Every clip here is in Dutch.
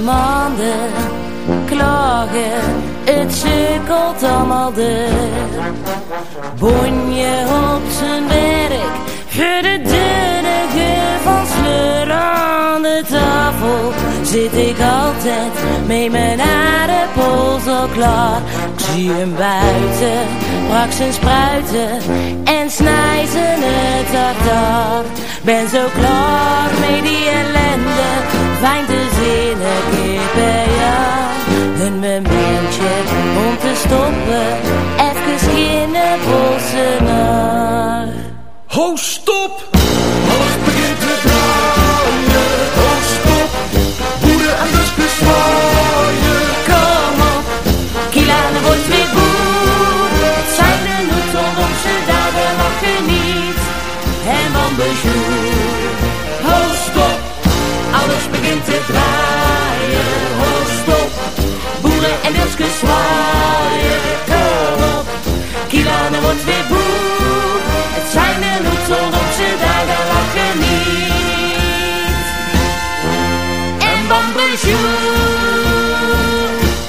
maanden klagen, het sukkelt allemaal de bonje op zijn werk, voor de dunne van sleur aan de tafel zit ik altijd met mijn aardappels al klaar. Ik zie hem buiten, brak zijn spruiten en snij ze het tartaar. Ben zo klaar met die ellende, fijn te zien een keer per jaar. Een momentje om te stoppen, even geen bossen naar. Ho, stop! Alles begint te draaien. Ho, stop! Boeren en buskers zwaaien. Kom op, Kilane wordt weer boer. Het zijn de Noord-Hollandse dagen, lachen niet. En van bejoer. Ho, stop! Alles begint te draaien. Ho, stop! Boeren en buskers zwaaien. Kom op, Kilane wordt weer boer. Het zijn de Noord-Hollandse dagen, lachen niet. En van bejoer.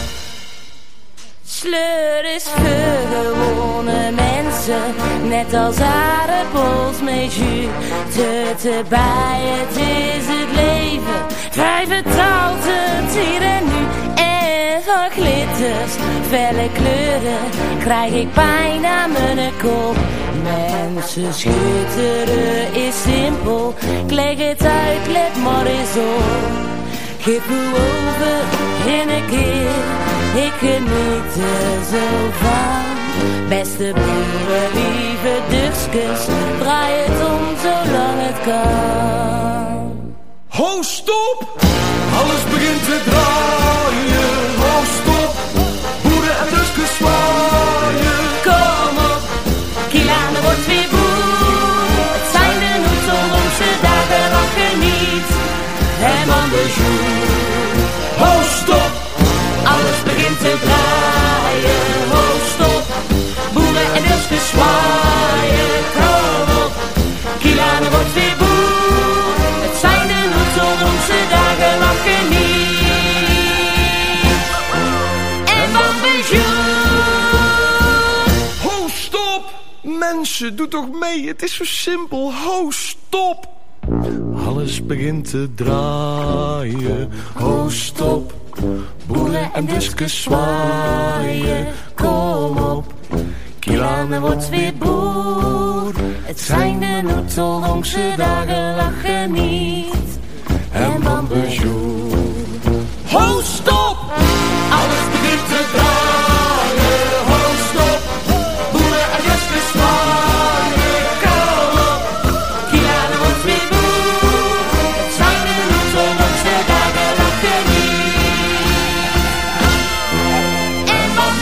Sleur is voor gewone mensen, net als aardappels met jus. Tutten bij, het is het leven, vrij vertaald het hier en nu. En van glitters, felle kleuren, krijg ik pijn aan mijn kop. Mensen schitteren is simpel, ik leg het uit, let maar eens op. Geef me over in een keer, ik geniet er zo van. Beste boeren, lieve dukskes, draai het om zolang het kan. Ho, stop! Alles begint te draaien. Ho, stop! Boeren en buskers zwaaien. Kom op, Kilane wordt weer boer. Het zijn de Noord-Hollandse dagen, lachen niet. En van bejoer. Ho, stop! Alles begint te draaien. Ho, stop! Boeren en buskers zwaaien. Kom op, Kilane wordt weer boer. Het zijn de Noord-Hollandse dagen, lachen niet. En van bejoer. Ho, stop! Mensen, doe toch mee. Het is zo simpel. Ho, stop! Alles begint te draaien. Ho, stop! Boeren en buskers zwaaien. Kom op, Kilane wordt weer boer. Het zijn de Noord-Hollandse dagen, lachen niet. en van bejoer. Ho, stop! Alles begint te draaien. Ho, stop! Boeren en buskers zwaaien. Kom op! Kilane wordt weer boer. Het zijn de Noord-Hollandse dagen, lachen niet. En van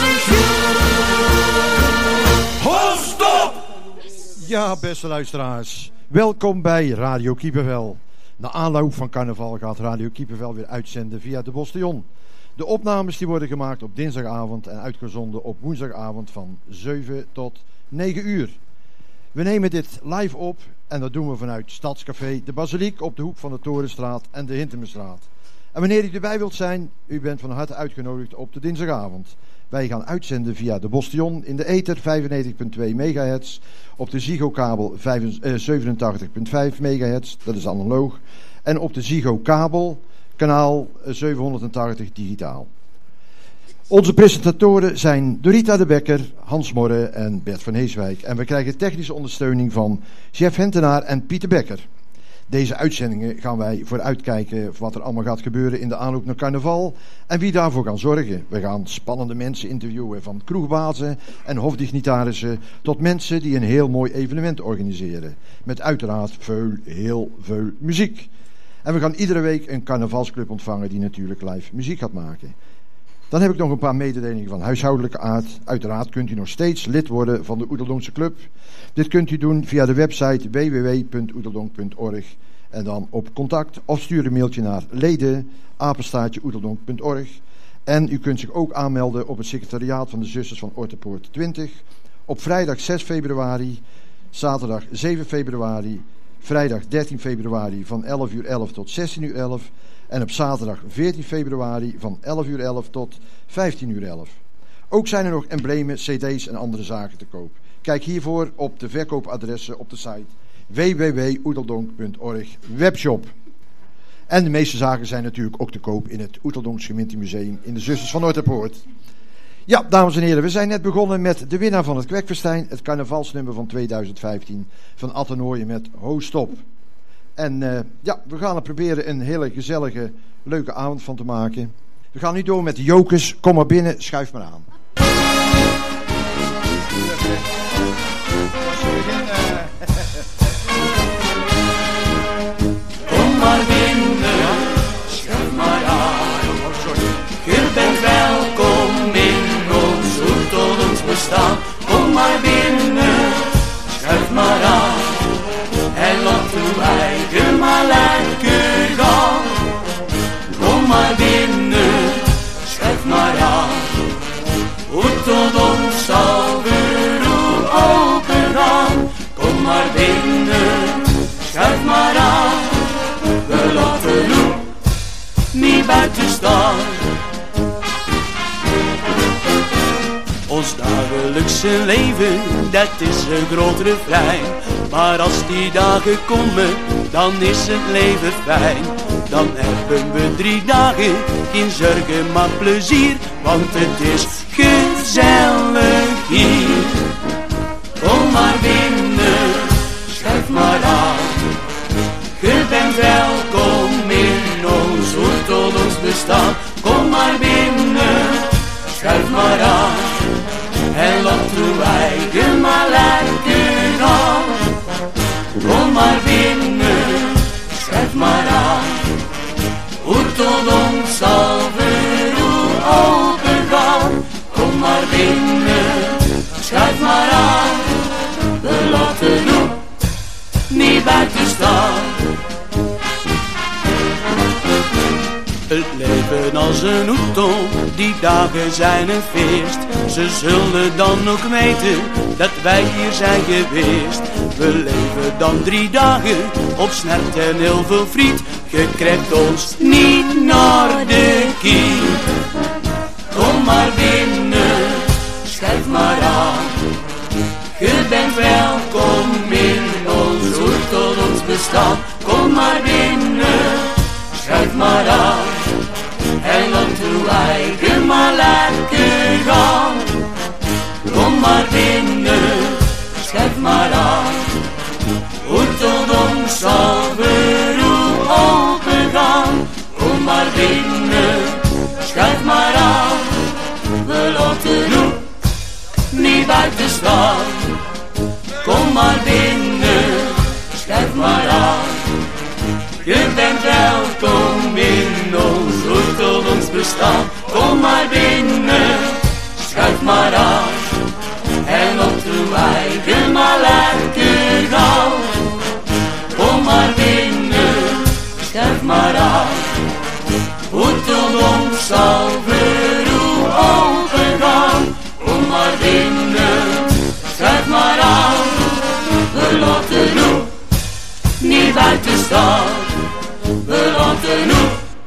bejoer. Ho, stop! Ja, beste luisteraars. Welkom bij Radio Kiepenvel. Na aanloop van carnaval gaat Radio Kiepenvel weer uitzenden via de Postillon. De opnames die worden gemaakt op dinsdagavond en uitgezonden op woensdagavond van 7 tot 9 uur. We nemen dit live op en dat doen we vanuit Stadscafé De Basiliek op de hoek van de Torenstraat en de Hintemestraat. En wanneer u erbij wilt zijn, u bent van harte uitgenodigd op de dinsdagavond. Wij gaan uitzenden via de Postillon in de ether 95.2 megahertz, op de Ziggo-kabel 87.5 megahertz, dat is analoog, en op de Ziggo-kabel kanaal 780 digitaal. Onze presentatoren zijn Dorita de Bekker, Hans Morre en Bert van Heeswijk. En we krijgen technische ondersteuning van Jeff Hentenaar en Pieter Bekker. Deze uitzendingen gaan wij vooruitkijken wat er allemaal gaat gebeuren in de aanloop naar carnaval en wie daarvoor kan zorgen. We gaan spannende mensen interviewen, van kroegbazen en hofdignitarissen tot mensen die een heel mooi evenement organiseren. Met uiteraard heel veel muziek. En we gaan iedere week een carnavalsclub ontvangen die natuurlijk live muziek gaat maken. Dan heb ik nog een paar mededelingen van huishoudelijke aard. Uiteraard kunt u nog steeds lid worden van de Oeteldonksche Club. Dit kunt u doen via de website www.oeteldonk.org en dan op contact of stuur een mailtje naar leden@oeteldonk.org. En u kunt zich ook aanmelden op het secretariaat van de Zusters van Ortepoort 20 op vrijdag 6 februari, zaterdag 7 februari, vrijdag 13 februari van 11:11 tot 16:11 En op zaterdag 14 februari van 11:11 tot 15:11. Ook zijn er nog emblemen, cd's en andere zaken te koop. Kijk hiervoor op de verkoopadressen op de site www.oeteldonk.org webshop. En de meeste zaken zijn natuurlijk ook te koop in het Oeteldonks Gemeentemuseum in de Zusters van Noorderpoort. Ja, dames en heren, we zijn net begonnen met de winnaar van het Kwekfestijn, het carnavalsnummer van 2015 van Attenooien met Ho Stop. En we gaan er proberen een hele gezellige, leuke avond van te maken. We gaan nu door met de jokers. Kom maar binnen, schuif maar aan. Kom maar binnen, schuif maar aan. Je bent welkom in ons Oeteldonks bestaan. Kom maar binnen, schuif maar aan. En laat uw eigen maar lekker gaan. Kom maar binnen, schuif maar aan. Oeteldonks zal weer open gaan. Kom maar binnen, schuif maar aan. We laten u niet buiten staan. Ons dagelijkse leven, dat is een groot refrein. Maar als die dagen komen, dan is het leven fijn. Dan hebben we 3 dagen, geen zorgen maar plezier. Want het is gezellig hier. Kom maar binnen, schuif maar aan. Je bent welkom in ons Oeteldonks bestaan. Kom maar binnen, schuif maar aan. En laat uw eigen maar lekker gaan. Kom maar binnen, schuif maar aan. Oeteldonks zal weer open gaan. Kom maar binnen, schuif maar aan. We laten u niet buiten staan. Het leven als een Oetel, die dagen zijn een feest. Ze zullen dan ook weten dat wij hier zijn geweest. We leven dan 3 dagen op snert en heel veel friet. Je krijgt ons niet naar de kiet. Kom maar binnen, schuif maar aan. Je bent welkom in ons Oeteldonks bestaan. Kom maar binnen, schuif maar aan. En laat uw eigen maar lekker gaan. Kom maar binnen, schuif maar aan. Oeteldonks zal weer open gaan. Kom maar binnen, schuif maar aan. We laten u niet buiten staan. Kom maar binnen, schuif maar aan. Je bent welkom in ons Oeteldonks bestaan. Kom maar binnen, schuif maar aan. En laat uw eigen maar lekker gaan. Kom maar binnen, schuif maar aan. Oeteldonks zal weer open gaan. Kom maar binnen, schuif maar aan. We laten u niet buiten staan. We laten u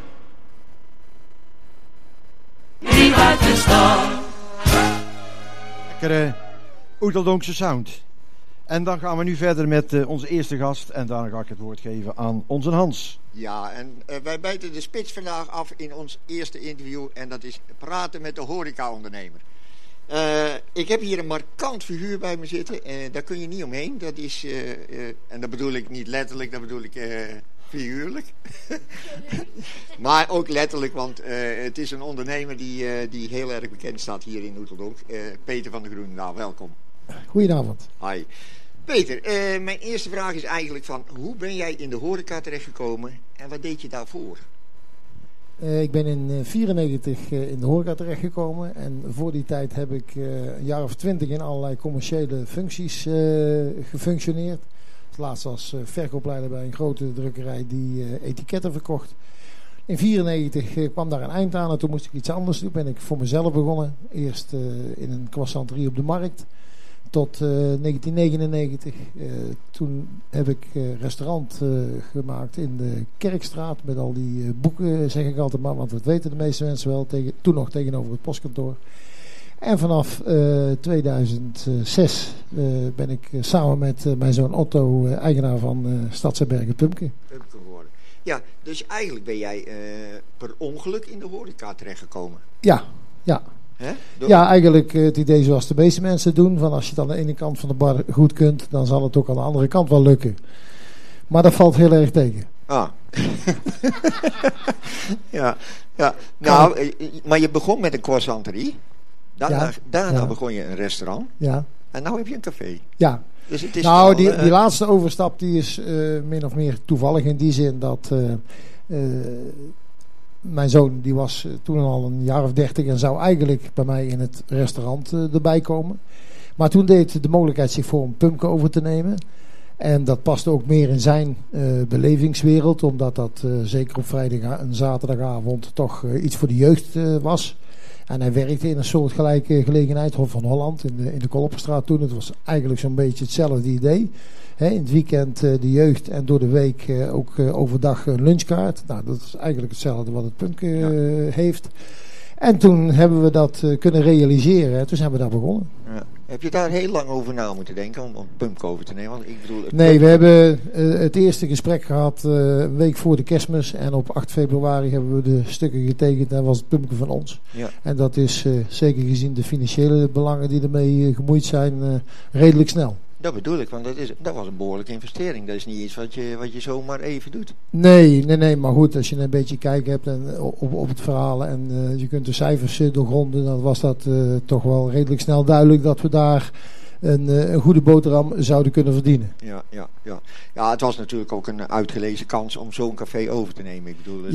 niet buiten staan. Lekkere Oeteldonkse sound. En dan gaan we nu verder met onze eerste gast. En daarna ga ik het woord geven aan onze Hans. Ja, en wij bijten de spits vandaag af in ons eerste interview. En dat is praten met de horecaondernemer. Ik heb hier een markant figuur bij me zitten. Daar kun je niet omheen. Dat is, en dat bedoel ik niet letterlijk, dat bedoel ik figuurlijk. Maar ook letterlijk, want het is een ondernemer die heel erg bekend staat hier in Oeteldonk. Peter van der Groenendaal, welkom. Goedenavond. Hi. Peter, mijn eerste vraag is eigenlijk van, hoe ben jij in de horeca terechtgekomen en wat deed je daarvoor? Ik ben in 1994 in de horeca terechtgekomen en voor die tijd heb ik een jaar of 20 in allerlei commerciële functies gefunctioneerd. Laatst als verkoopleider bij een grote drukkerij die etiketten verkocht. In 1994 kwam daar een eind aan en toen moest ik iets anders doen. Ben ik voor mezelf begonnen. Eerst in een croissanterie op de markt. tot 1999. Toen heb ik restaurant gemaakt in de Kerkstraat met al die boeken, zeg ik altijd maar, want dat weten de meeste mensen wel, toen nog tegenover het postkantoor. En vanaf 2006 ben ik samen met mijn zoon Otto eigenaar van Stadsherbergen Pumke. Geworden. Ja, dus eigenlijk ben jij per ongeluk in de horeca terechtgekomen. Ja. Hè? Ja, eigenlijk het idee zoals de meeste mensen doen. Van als je het aan de ene kant van de bar goed kunt, dan zal het ook aan de andere kant wel lukken. Maar dat valt heel erg tegen. Ah. ja. Nou, maar je begon met een croissanterie. Daarna begon je een restaurant. Ja. En nu heb je een café. Ja. Dus het is nou, die laatste overstap die is min of meer toevallig in die zin dat mijn zoon die was toen al een jaar of 30 en zou eigenlijk bij mij in het restaurant erbij komen. Maar toen deed de mogelijkheid zich voor om Pumke over te nemen. En dat paste ook meer in zijn belevingswereld, omdat dat zeker op vrijdag en zaterdagavond toch iets voor de jeugd was. En hij werkte in een soortgelijke gelegenheid, Hof van Holland, in de Koloppenstraat toen. Het was eigenlijk zo'n beetje hetzelfde idee. In het weekend de jeugd en door de week ook overdag een lunchkaart. Nou, dat is eigenlijk hetzelfde wat het Pumke heeft. En toen hebben we dat kunnen realiseren. En toen zijn we daar begonnen. Ja. Heb je daar heel lang over na moeten denken om Pumke over te nemen? Want ik bedoel, nee, we hebben het eerste gesprek gehad een week voor de Kerstmis. En op 8 februari hebben we de stukken getekend en was het Pumke van ons. Ja. En dat is zeker gezien de financiële belangen die ermee gemoeid zijn redelijk snel. Dat bedoel ik, want dat was een behoorlijke investering. Dat is niet iets wat je zomaar even doet. Nee, maar goed, als je een beetje kijk hebt op het verhaal en je kunt de cijfers doorgronden, dan was dat toch wel redelijk snel duidelijk dat we daar een goede boterham zouden kunnen verdienen. Ja, het was natuurlijk ook een uitgelezen kans om zo'n café over te nemen. Ik bedoel,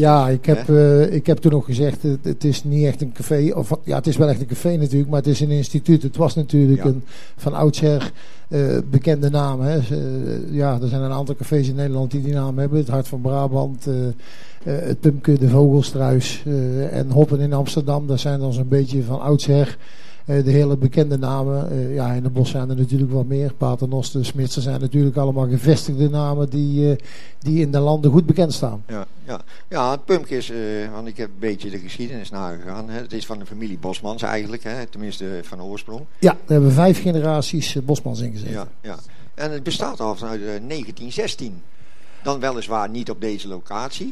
ik heb toen ook gezegd, het is niet echt een café, het is wel echt een café natuurlijk, maar het is een instituut. Het was natuurlijk een van oudsher bekende naam. Hè. Er zijn een aantal cafés in Nederland die naam hebben. Het Hart van Brabant, het Pumke, de Vogelstruis en Hoppen in Amsterdam. Dat zijn dan zo'n beetje van oudsher de hele bekende namen. In de bos zijn er natuurlijk wat meer. Paternoster, Smitsen zijn natuurlijk allemaal gevestigde namen die in de landen goed bekend staan. Ja, het Pumke is, want ik heb een beetje de geschiedenis nagegaan. Hè. Het is van de familie Bosmans eigenlijk, hè, tenminste van oorsprong. Ja, daar hebben 5 generaties Bosmans in gezeten. Ja. En het bestaat al vanuit 1916. Dan weliswaar niet op deze locatie.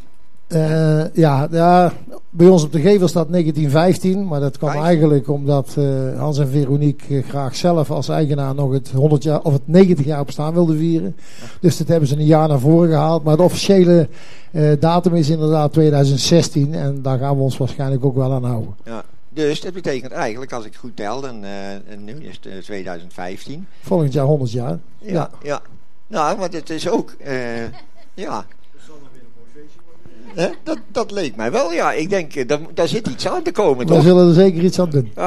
Bij ons op de gevel staat 1915, maar dat kwam eigenlijk omdat Hans en Veronique graag zelf als eigenaar nog het 100 jaar of het 90 jaar bestaan wilden vieren. Dus dat hebben ze een jaar naar voren gehaald, maar de officiële datum is inderdaad 2016 en daar gaan we ons waarschijnlijk ook wel aan houden. Ja. Dus dat betekent eigenlijk, als ik goed tel, en nu is het 2015. Volgend jaar 100 jaar. Ja. Nou, maar het is ook, Dat leek mij wel, ja. Ik denk, daar zit iets aan te komen, toch? We zullen er zeker iets aan doen.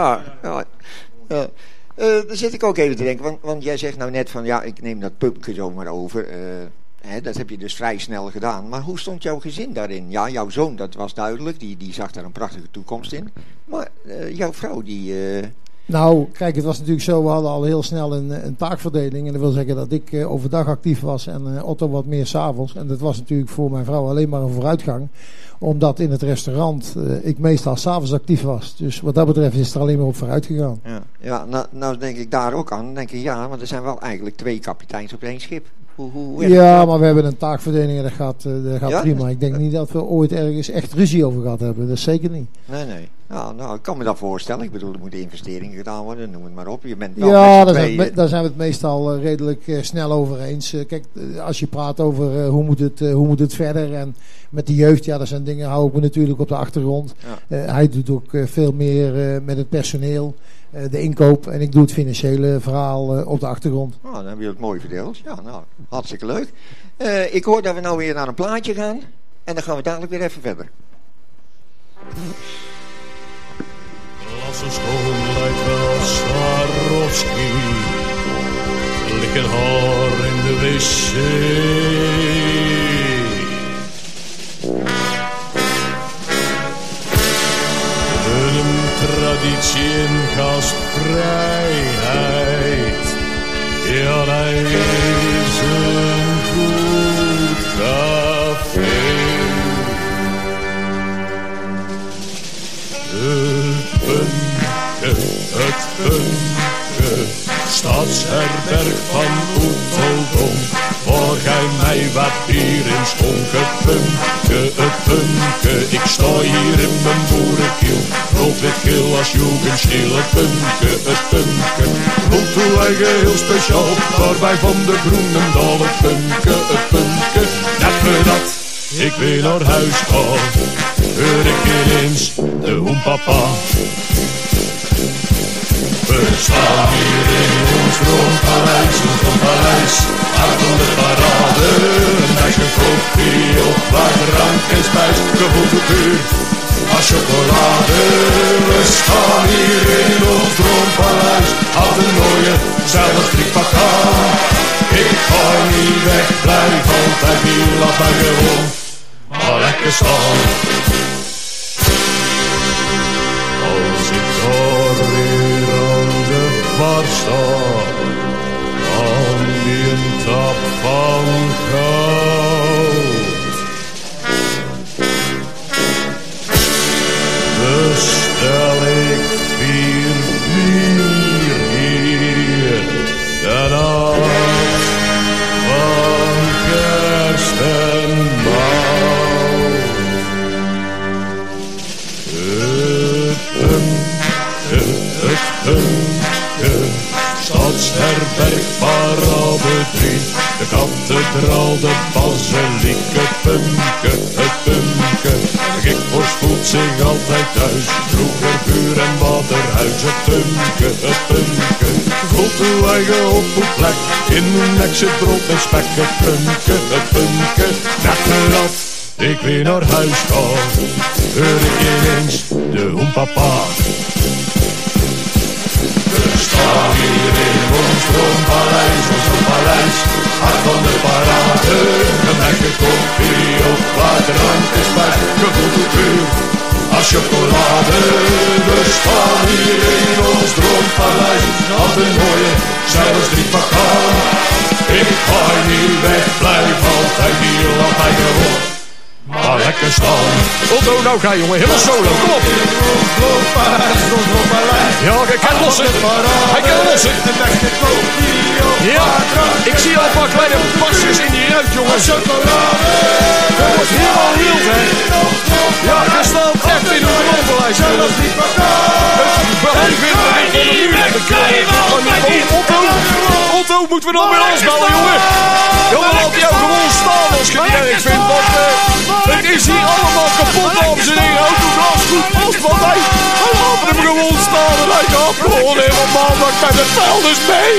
Daar zit ik ook even te denken. Want jij zegt nou net van, ik neem dat Pumke zomaar over. Dat heb je dus vrij snel gedaan. Maar hoe stond jouw gezin daarin? Ja, jouw zoon, dat was duidelijk. Die zag daar een prachtige toekomst in. Maar jouw vrouw, die... Nou, kijk, het was natuurlijk zo, we hadden al heel snel een taakverdeling. En dat wil zeggen dat ik overdag actief was en Otto wat meer 's avonds. En dat was natuurlijk voor mijn vrouw alleen maar een vooruitgang. Omdat in het restaurant ik meestal 's avonds actief was. Dus wat dat betreft is het er alleen maar op vooruit gegaan. Nou denk ik daar ook aan. Dan denk ik, maar er zijn wel eigenlijk 2 kapiteins op 1 schip. Maar we hebben een taakverdeling en dat gaat prima. Ik denk niet dat we ooit ergens echt ruzie over gehad hebben. Dat is zeker niet. Nee. Nou, ik kan me dat voorstellen. Ik bedoel, er moeten investeringen gedaan worden. Noem het maar op. Je bent wel daar zijn we het meestal redelijk snel over eens. Kijk, als je praat over hoe moet het verder. En met de jeugd, dat zijn dingen, hou ik me natuurlijk op de achtergrond. Hij doet ook veel meer met het personeel. De inkoop en ik doe het financiële verhaal op de achtergrond. Dan hebben we het mooi verdeeld. Ja, nou, hartstikke leuk. Ik hoor dat we nou weer naar een plaatje gaan. En dan gaan we dadelijk weer even verder. Klassenschool lijkt wel Swarovski. Liggen haar in de wc. Traditie en gastvrijheid Ja, daar is een goed café. Het Pumke, stadsherberg van Oeteldonk. Voor gij mij wat bier in schonken. Het Pumke, ik sta hier in mijn boerenkiel. Rood-wit-geel als jugendstil. Het Pumke, komt toe eigen heel speciaal. Daarbij van de Groenendaal. Het Pumke, net voor dat ik weer naar huis ga. Hoor ik ineens de hoempapa. We staan hier in ons droompaleis, hart van de parade. Een meisje koffie op waar drank en spijs, gevoeld de puur als chocolade. We staan hier in ons droompaleis, had een mooie, zelfs driepakka. Ik ga niet weg, blijf altijd hier, laat mij gewoon maar lekker staan. Als ik daar weer aan de bar sta, aan die een tap van goud, bestel ik 4 bier hier, de nacht van kerst en mout. Het Pumke, stadsherberg parade 3, de kathedraal, de basiliek. Het Pumke, de gikvorst voelt zich altijd thuis. Vroeger vuur en waterhuis. Het Pumke, voelt uw eigen op uw plek. In uw nek zit brood en spek. Het Pumke, net dat ik weer naar huis ga, hoor ik ineens de hoempapa. We staan hier in ons droompaleis, hart van de parade. Een lekker koffie op waar drank en spijs, gevoeld hoe puur als chocolade. We staan hier in ons droompaleis, had een mooie, zelfs driepakka. Ik ga niet weg, blijf altijd hier, laat mij gewoon maar lekker staan. Otto, nou ga jongen, helemaal solo, kom op. Ja, hij kan lossen. Hij kan lossen. Ja, ik zie al een paar kleine pasjes in die ruit, jongens. Dat wordt helemaal wild, hè. Ja, je staat echt in een droombewijs. Otto, moeten we nog meer aansmelden, jongen. Jongen, laat jou gewoon staan als je het erg vindt, want het is hier allemaal kapot, dames en heren. Autoglas goed vast, want hij laat hem gewoon staan en hij gaat gewoon helemaal maandag met de vuilnis mee.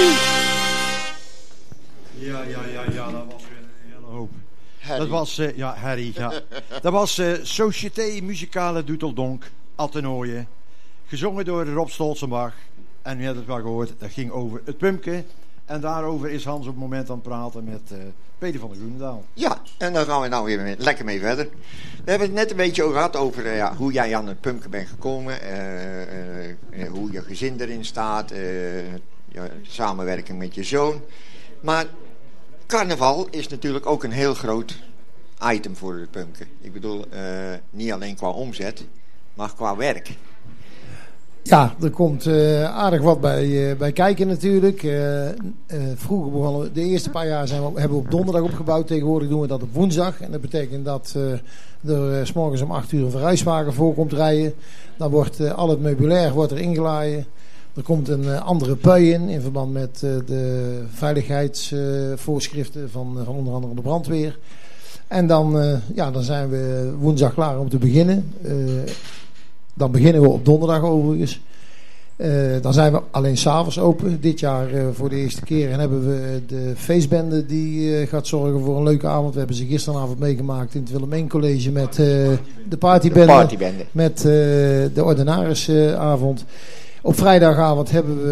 Ja, dat was weer een hele hoop. Dat was, Harry, ja. Dat was Société Musicale Duteldonk, Attenooien. Gezongen door Rob Stolzenbach. En u hebt het wel gehoord, dat ging over het Pumke. En daarover is Hans op het moment aan het praten met Peter van der Groenendaal. Ja, en daar gaan we nou weer lekker mee verder. We hebben het net een beetje gehad over hoe jij aan het Pumke bent gekomen. Hoe je gezin erin staat. Je samenwerking met je zoon. Maar carnaval is natuurlijk ook een heel groot item voor het Pumke. Ik bedoel, niet alleen qua omzet, maar qua werk. Ja, er komt aardig wat bij kijken natuurlijk. Vroeger begonnen we, de eerste paar jaar hebben we op donderdag opgebouwd. Tegenwoordig doen we dat op woensdag. En dat betekent dat er 's morgens om 8 uur een verhuiswagen voor komt rijden. Dan wordt al het meubilair wordt er ingelaaien. Er komt een andere pui in verband met de veiligheidsvoorschriften van onder andere de brandweer. En dan zijn we woensdag klaar om te beginnen. Dan beginnen we op donderdag overigens. Dan zijn we alleen 's avonds open. Dit jaar voor de eerste keer. En hebben we de feestbende die gaat zorgen voor een leuke avond. We hebben ze gisteravond meegemaakt in het Willem I College met de partybende. Met de ordinarisavond. Op vrijdagavond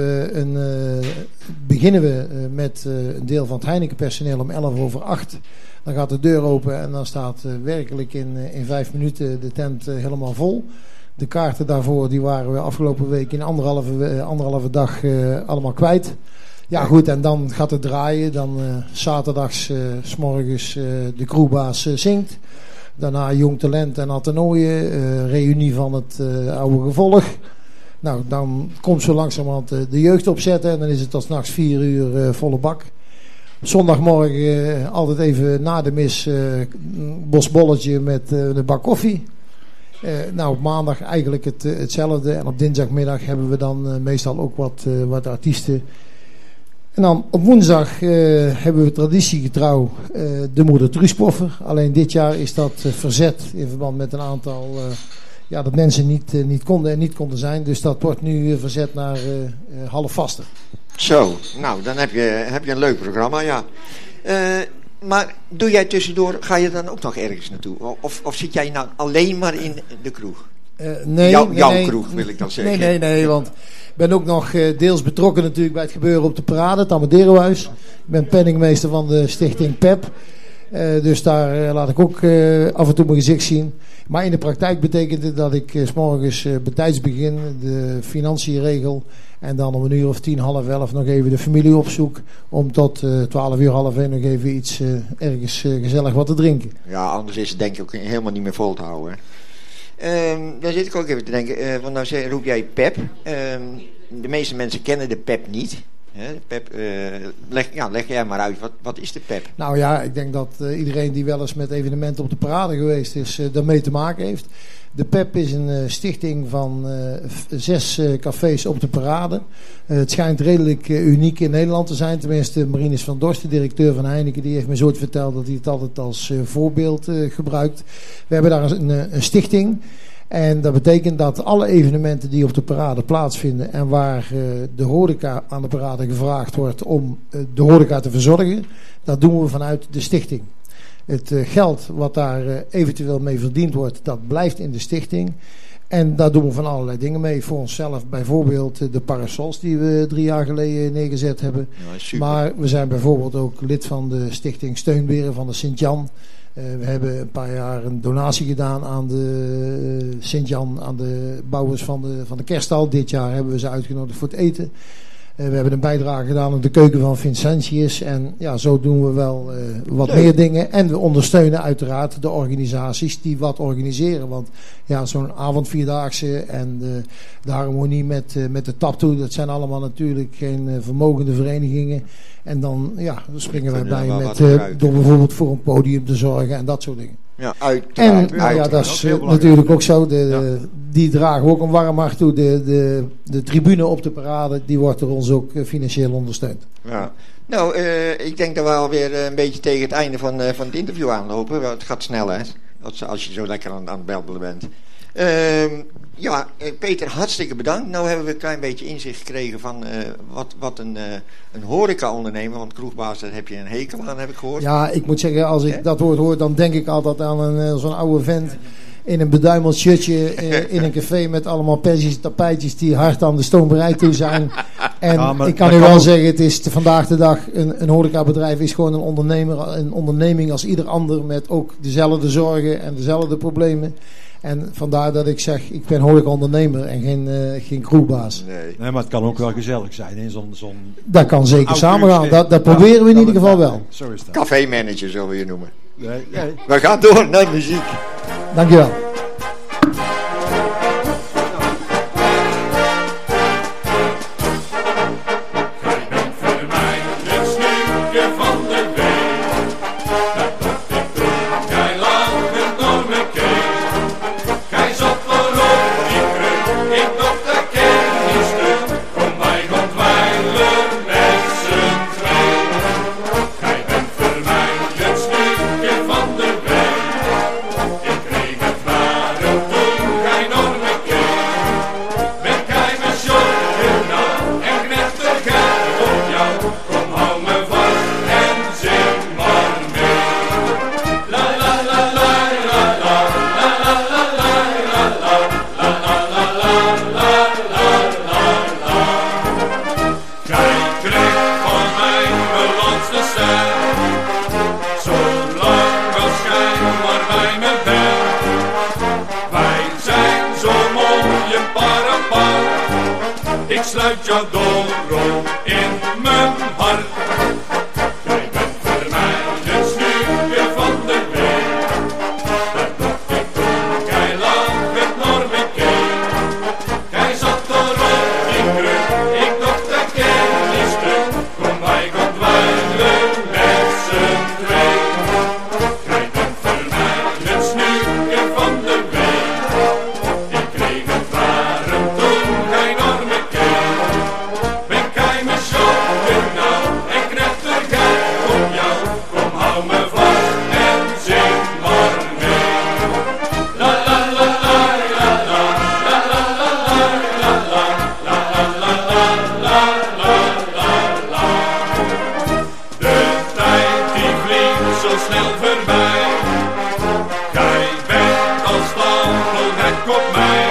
beginnen we met een deel van het Heineken personeel om 7:11. Dan gaat de deur open en dan staat werkelijk in 5 minuten de tent helemaal vol. De kaarten daarvoor die waren we afgelopen week in anderhalve dag allemaal kwijt. Ja goed, en dan gaat het draaien. Dan zaterdags, 's morgens de crewbaas zingt. Daarna Jong Talent en Athenooien. Reunie van het oude gevolg. Nou, dan komt zo langzamerhand de jeugd opzetten. En dan is het tot 's nachts 4 uur volle bak. Zondagmorgen altijd even na de mis een bosbolletje met een bak koffie. Nou, op maandag eigenlijk hetzelfde. En op dinsdagmiddag hebben we dan meestal ook wat artiesten. En dan op woensdag hebben we traditiegetrouw de moeder Truuspoffer. Alleen dit jaar is dat verzet in verband met een aantal... dat mensen niet konden zijn. Dus dat wordt nu verzet naar half vasten. Zo, nou dan heb je een leuk programma, ja. Maar doe jij tussendoor, ga je dan ook nog ergens naartoe? Of zit jij nou alleen maar in de kroeg? Nee, jouw kroeg wil ik dan zeggen. Nee, want ik ben ook nog deels betrokken natuurlijk bij het gebeuren op de Parade, het Amaderohuis. Ik ben penningmeester van de stichting PEP. Dus daar laat ik ook af en toe mijn gezicht zien. Maar in de praktijk betekent het dat ik 's morgens betijds begin, de financiën regel. En dan om 1 uur of 10, half 11 nog even de familie opzoek. Om tot 12 uur, half 1 nog even iets ergens gezellig wat te drinken. Ja, anders is het denk ik ook helemaal niet meer vol te houden. Dan zit ik ook even te denken, want nou roep jij PEP. De meeste mensen kennen de PEP niet. PEP, leg jij maar uit, wat is de PEP? Nou ja, ik denk dat iedereen die wel eens met evenementen op de Parade geweest is, daarmee te maken heeft. De PEP is een stichting van 6 cafés op de Parade. Het schijnt redelijk uniek in Nederland te zijn. Tenminste, Marinus van Dorst, de directeur van Heineken, die heeft me zo verteld dat hij het altijd als voorbeeld gebruikt. We hebben daar een stichting. En dat betekent dat alle evenementen die op de Parade plaatsvinden en waar de horeca aan de Parade gevraagd wordt om de horeca te verzorgen, dat doen we vanuit de stichting. Het geld wat daar eventueel mee verdiend wordt, dat blijft in de stichting. En daar doen we van allerlei dingen mee. Voor onszelf bijvoorbeeld de parasols die we 3 jaar geleden neergezet hebben. Ja, maar we zijn bijvoorbeeld ook lid van de stichting Steunberen van de Sint-Jan. We hebben een paar jaar een donatie gedaan aan de Sint-Jan, aan de bouwers van de kerststal. Dit jaar hebben we ze uitgenodigd voor het eten. We hebben een bijdrage gedaan aan de keuken van Vincentius. En ja, zo doen we wel wat meer dingen. En we ondersteunen uiteraard de organisaties die wat organiseren. Want ja, zo'n avondvierdaagse en de harmonie met de taptoe, dat zijn allemaal natuurlijk geen vermogende verenigingen. En dan springen wij bij door bijvoorbeeld voor een podium te zorgen en dat soort dingen. Ja, uiteraard. En ja, dat is natuurlijk ook zo. Die dragen ook een warm hart toe. De tribune op de Parade, die wordt door ons ook financieel ondersteund. Ja. Nou, ik denk dat we alweer een beetje tegen het einde van het interview aanlopen. Het gaat snel, hè, als je zo lekker aan het babbelen bent. Peter, hartstikke bedankt. Nou hebben we een klein beetje inzicht gekregen van wat een horeca-ondernemer, want kroegbaas, daar heb je een hekel aan, heb ik gehoord. Ja, ik moet zeggen, als ik dat woord hoor, dan denk ik altijd aan zo'n oude vent in een beduimeld shirtje in een café met allemaal persische tapijtjes die hard aan de stoombereid toe zijn. En ik kan u wel zeggen, het is vandaag de dag een horecabedrijf is gewoon een onderneming als ieder ander met ook dezelfde zorgen en dezelfde problemen. En vandaar dat ik zeg, ik ben horeca-ondernemer en geen kroegbaas. Nee, maar het kan ook wel gezellig zijn. Hè? Dat kan zeker samengaan. Dat proberen we in ieder geval wel. Zo is dat. Café-manager zullen we je noemen. Nee. We gaan door naar muziek. Dankjewel. Van de wijk, ik kreeg het waar. Ik sluit jou dolrood in mijn hart. Jij bent voor mij het stukje van de week. Dat dacht ik toen jij lang het naar me keek. Jij zat er op die kruk, ik dacht dat ken die stuk. Kom wij gaan dweilen met z'n twee. Jij bent voor mij het stukje van de week. Ik kreeg het warm toen jij naar me keek. Ben jij me schokken nou en knetter gek op jou. Kom hou me vast en zing maar mee. La la la la la la la la la la la la la la la la la. De tijd die vliegt zo snel voorbij. Jij bent als wandelgek op mij.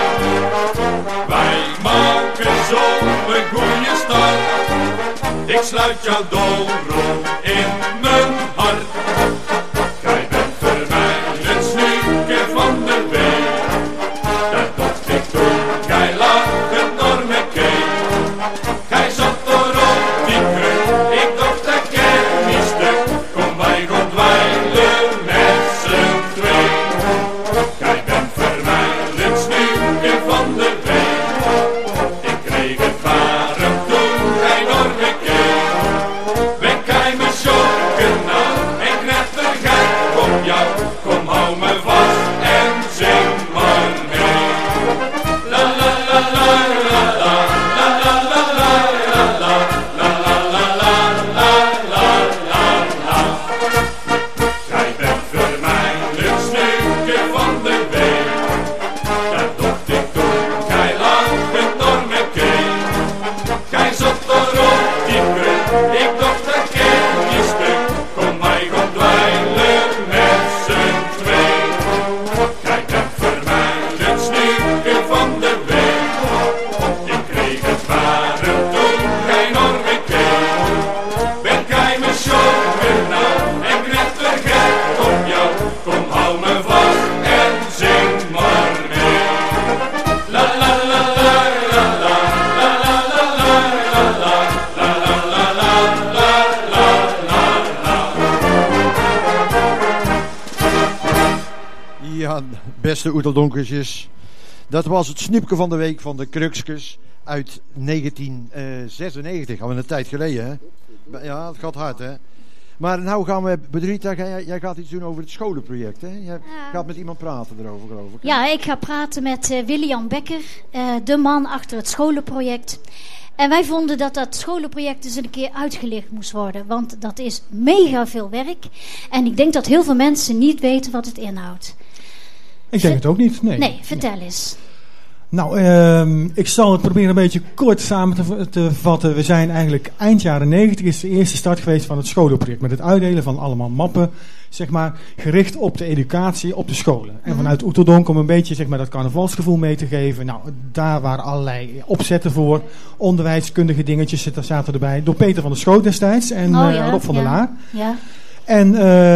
Wij maken zo een goeie start. Ik sluit jou dolrood in mijn hart. Jij bent voor mij het stukje van de week. Dat dacht ik toen jij lachend naar me keek. Jij zat er op die kruk, ik dacht dat ken die stuk. Kom wij gaan dweilen met z'n twee. Jij bent voor mij het stukje van de week. Ik kreeg het warm toen jij naar me keek. Ben jij me schokken nou en knetter gek op jou. Kom hou me vast en zing maar mee. La la la la la la la la la la la la la la la la la la la. Jij bent voor mij het stukje van de week. Dat dacht ik toen jij lachend naar me keek. Jij zat er op die kruk, ik dacht dat ken die stuk. Kom wij gaan dweilen met z'n twee. Jij bent voor mij het stukje van de week. Ik kreeg het warm toen jij naar me keek. Ben jij me schokken nou en knetter gek op jou. Kom hou me vast en zing maar mee. La la la la la la la la la la la la la la la la la la la. Ja, beste oeteldonkersjes. Dat was het snoepje van de week van de Krukskes uit 1996. Al een tijd geleden, hè? Ja, het gaat hard, hè? Maar nou gaan we, Bedrita, jij gaat iets doen over het scholenproject, hè? Jij gaat met iemand praten erover, geloof ik. Ja, ik ga praten met William Becker, de man achter het scholenproject. En wij vonden dat dat scholenproject eens een keer uitgelicht moest worden. Want dat is mega veel werk. En ik denk dat heel veel mensen niet weten wat het inhoudt. Ik denk het ook niet, nee. Nee, vertel eens. Nou, ik zal het proberen een beetje kort samen te vatten. We zijn eigenlijk eind jaren 90 is de eerste start geweest van het scholenproject. Met het uitdelen van allemaal mappen, zeg maar, gericht op de educatie op de scholen. En vanuit Oeteldonk om een beetje, zeg maar, dat carnavalsgevoel mee te geven. Nou, daar waren allerlei opzetten voor. Onderwijskundige dingetjes zaten erbij. Door Peter van der Schoot destijds en Rob van der Laar. Ja. En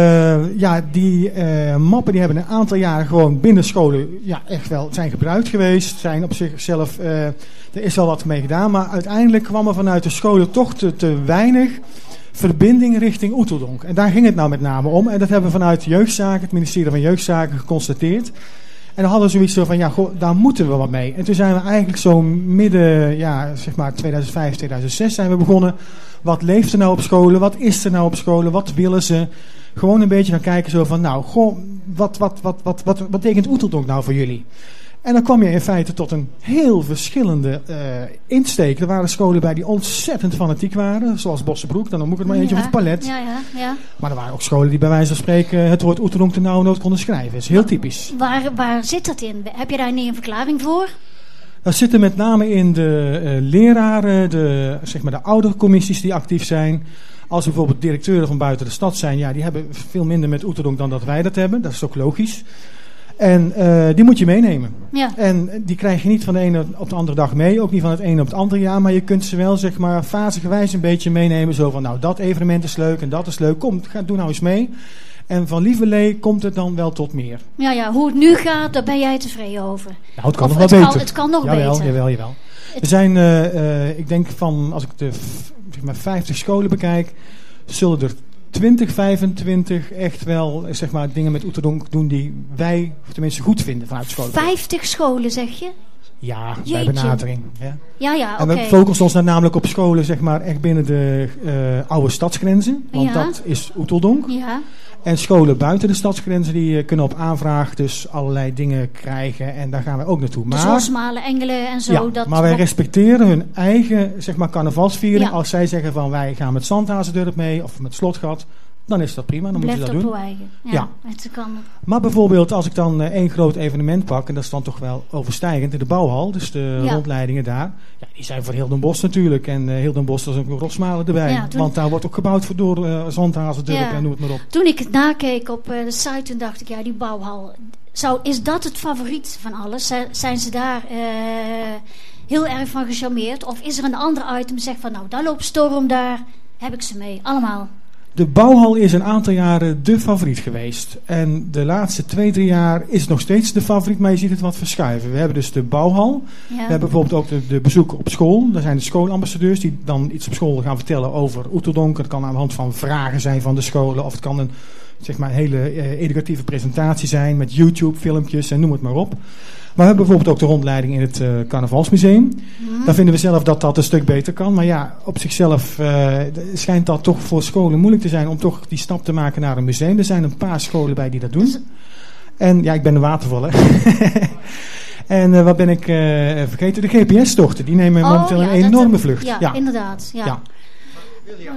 die mappen die hebben een aantal jaren gewoon binnen scholen echt wel zijn gebruikt geweest. Zijn op zichzelf, er is wel wat mee gedaan. Maar uiteindelijk kwam er vanuit de scholen toch te weinig verbinding richting Oeteldonk. En daar ging het nou met name om. En dat hebben we vanuit Jeugdzaken, het ministerie van Jeugdzaken, geconstateerd. En dan hadden we zoiets van, daar moeten we wat mee. En toen zijn we eigenlijk zo midden, zeg maar 2005, 2006 zijn we begonnen. Wat leeft er nou op scholen? Wat is er nou op scholen? Wat willen ze? Gewoon een beetje gaan kijken zo van, wat betekent Oeteldonk nou voor jullie? En dan kwam je in feite tot een heel verschillende insteek. Er waren scholen bij die ontzettend fanatiek waren. Zoals Bossebroek, dan noem ik het maar eentje, of het Palet. Ja. Maar er waren ook scholen die bij wijze van spreken het woord Oeteldonk nauwnood konden schrijven. Dat is heel typisch. Waar zit dat in? Heb je daar niet een verklaring voor? Dat zit er met name in de leraren, de oudercommissies die actief zijn. Als bijvoorbeeld directeuren van buiten de stad zijn, die hebben veel minder met Oeteldonk dan dat wij dat hebben. Dat is ook logisch. En die moet je meenemen. Ja. En die krijg je niet van de ene op de andere dag mee. Ook niet van het ene op het andere jaar. Maar je kunt ze wel, zeg maar, fasegewijs een beetje meenemen. Zo van, nou, dat evenement is leuk en dat is leuk. Kom, doe nou eens mee. En van Lieverlee komt het dan wel tot meer. Ja, hoe het nu gaat, daar ben jij tevreden over. Nou, het kan Of nog wel beter. Het kan nog beter. Jawel. Er zijn, ik denk van, als ik de 50 scholen bekijk, zullen er 20, 25 echt wel zeg maar, dingen met Oeteldonk doen die wij tenminste goed vinden vanuit scholen. 50 scholen zeg je? Ja, Jeetje. bij benadering. Ja, En oké. we focussen ons namelijk op scholen zeg maar, echt binnen de oude stadsgrenzen. Want dat is Oeteldonk. Ja. En scholen buiten de stadsgrenzen die kunnen op aanvraag dus allerlei dingen krijgen. En daar gaan we ook naartoe. Dus Rosmalen, Engelen en zo. Ja, maar wij respecteren hun eigen zeg maar, carnavalsviering. Ja. Als zij zeggen van wij gaan met Zandhazendurp mee of met Slotgat. Dan is dat prima, dan moeten ze dat doen. Eigen. Ja. Het kan. Maar bijvoorbeeld als ik dan één groot evenement pak, en dat is dan toch wel overstijgend, in de Bouwhal, dus de rondleidingen daar, ja, die zijn voor heel Den Bosch natuurlijk. En heel Den Bosch, daar is ook Rosmalen erbij. Ja, want daar wordt ook gebouwd door Zandhazendurp en noem het maar op. Toen ik het nakeek op de site, toen dacht ik, ja, die Bouwhal, is dat het favoriet van alles? Zijn ze daar heel erg van gecharmeerd? Of is er een ander item die zegt van, nou, daar loopt storm, daar heb ik ze mee, allemaal. De Bouwhal is een aantal jaren de favoriet geweest. En de laatste 2-3 jaar is het nog steeds de favoriet, maar je ziet het wat verschuiven. We hebben dus de Bouwhal. Ja. We hebben bijvoorbeeld ook de bezoeken op school. Daar zijn de schoolambassadeurs die dan iets op school gaan vertellen over Oeteldonk. Het kan aan de hand van vragen zijn van de scholen. Of het kan een hele educatieve presentatie zijn met YouTube-filmpjes en noem het maar op. Maar we hebben bijvoorbeeld ook de rondleiding in het Carnavalsmuseum. Daar vinden we zelf dat dat een stuk beter kan. Maar ja, op zichzelf schijnt dat toch voor scholen moeilijk te zijn om toch die stap te maken naar een museum. Er zijn een paar scholen bij die dat doen. En ja, ik ben de watervaller. En wat ben ik vergeten? De GPS-tochten. Die nemen momenteel een enorme vlucht. Ja, inderdaad. Ja. William,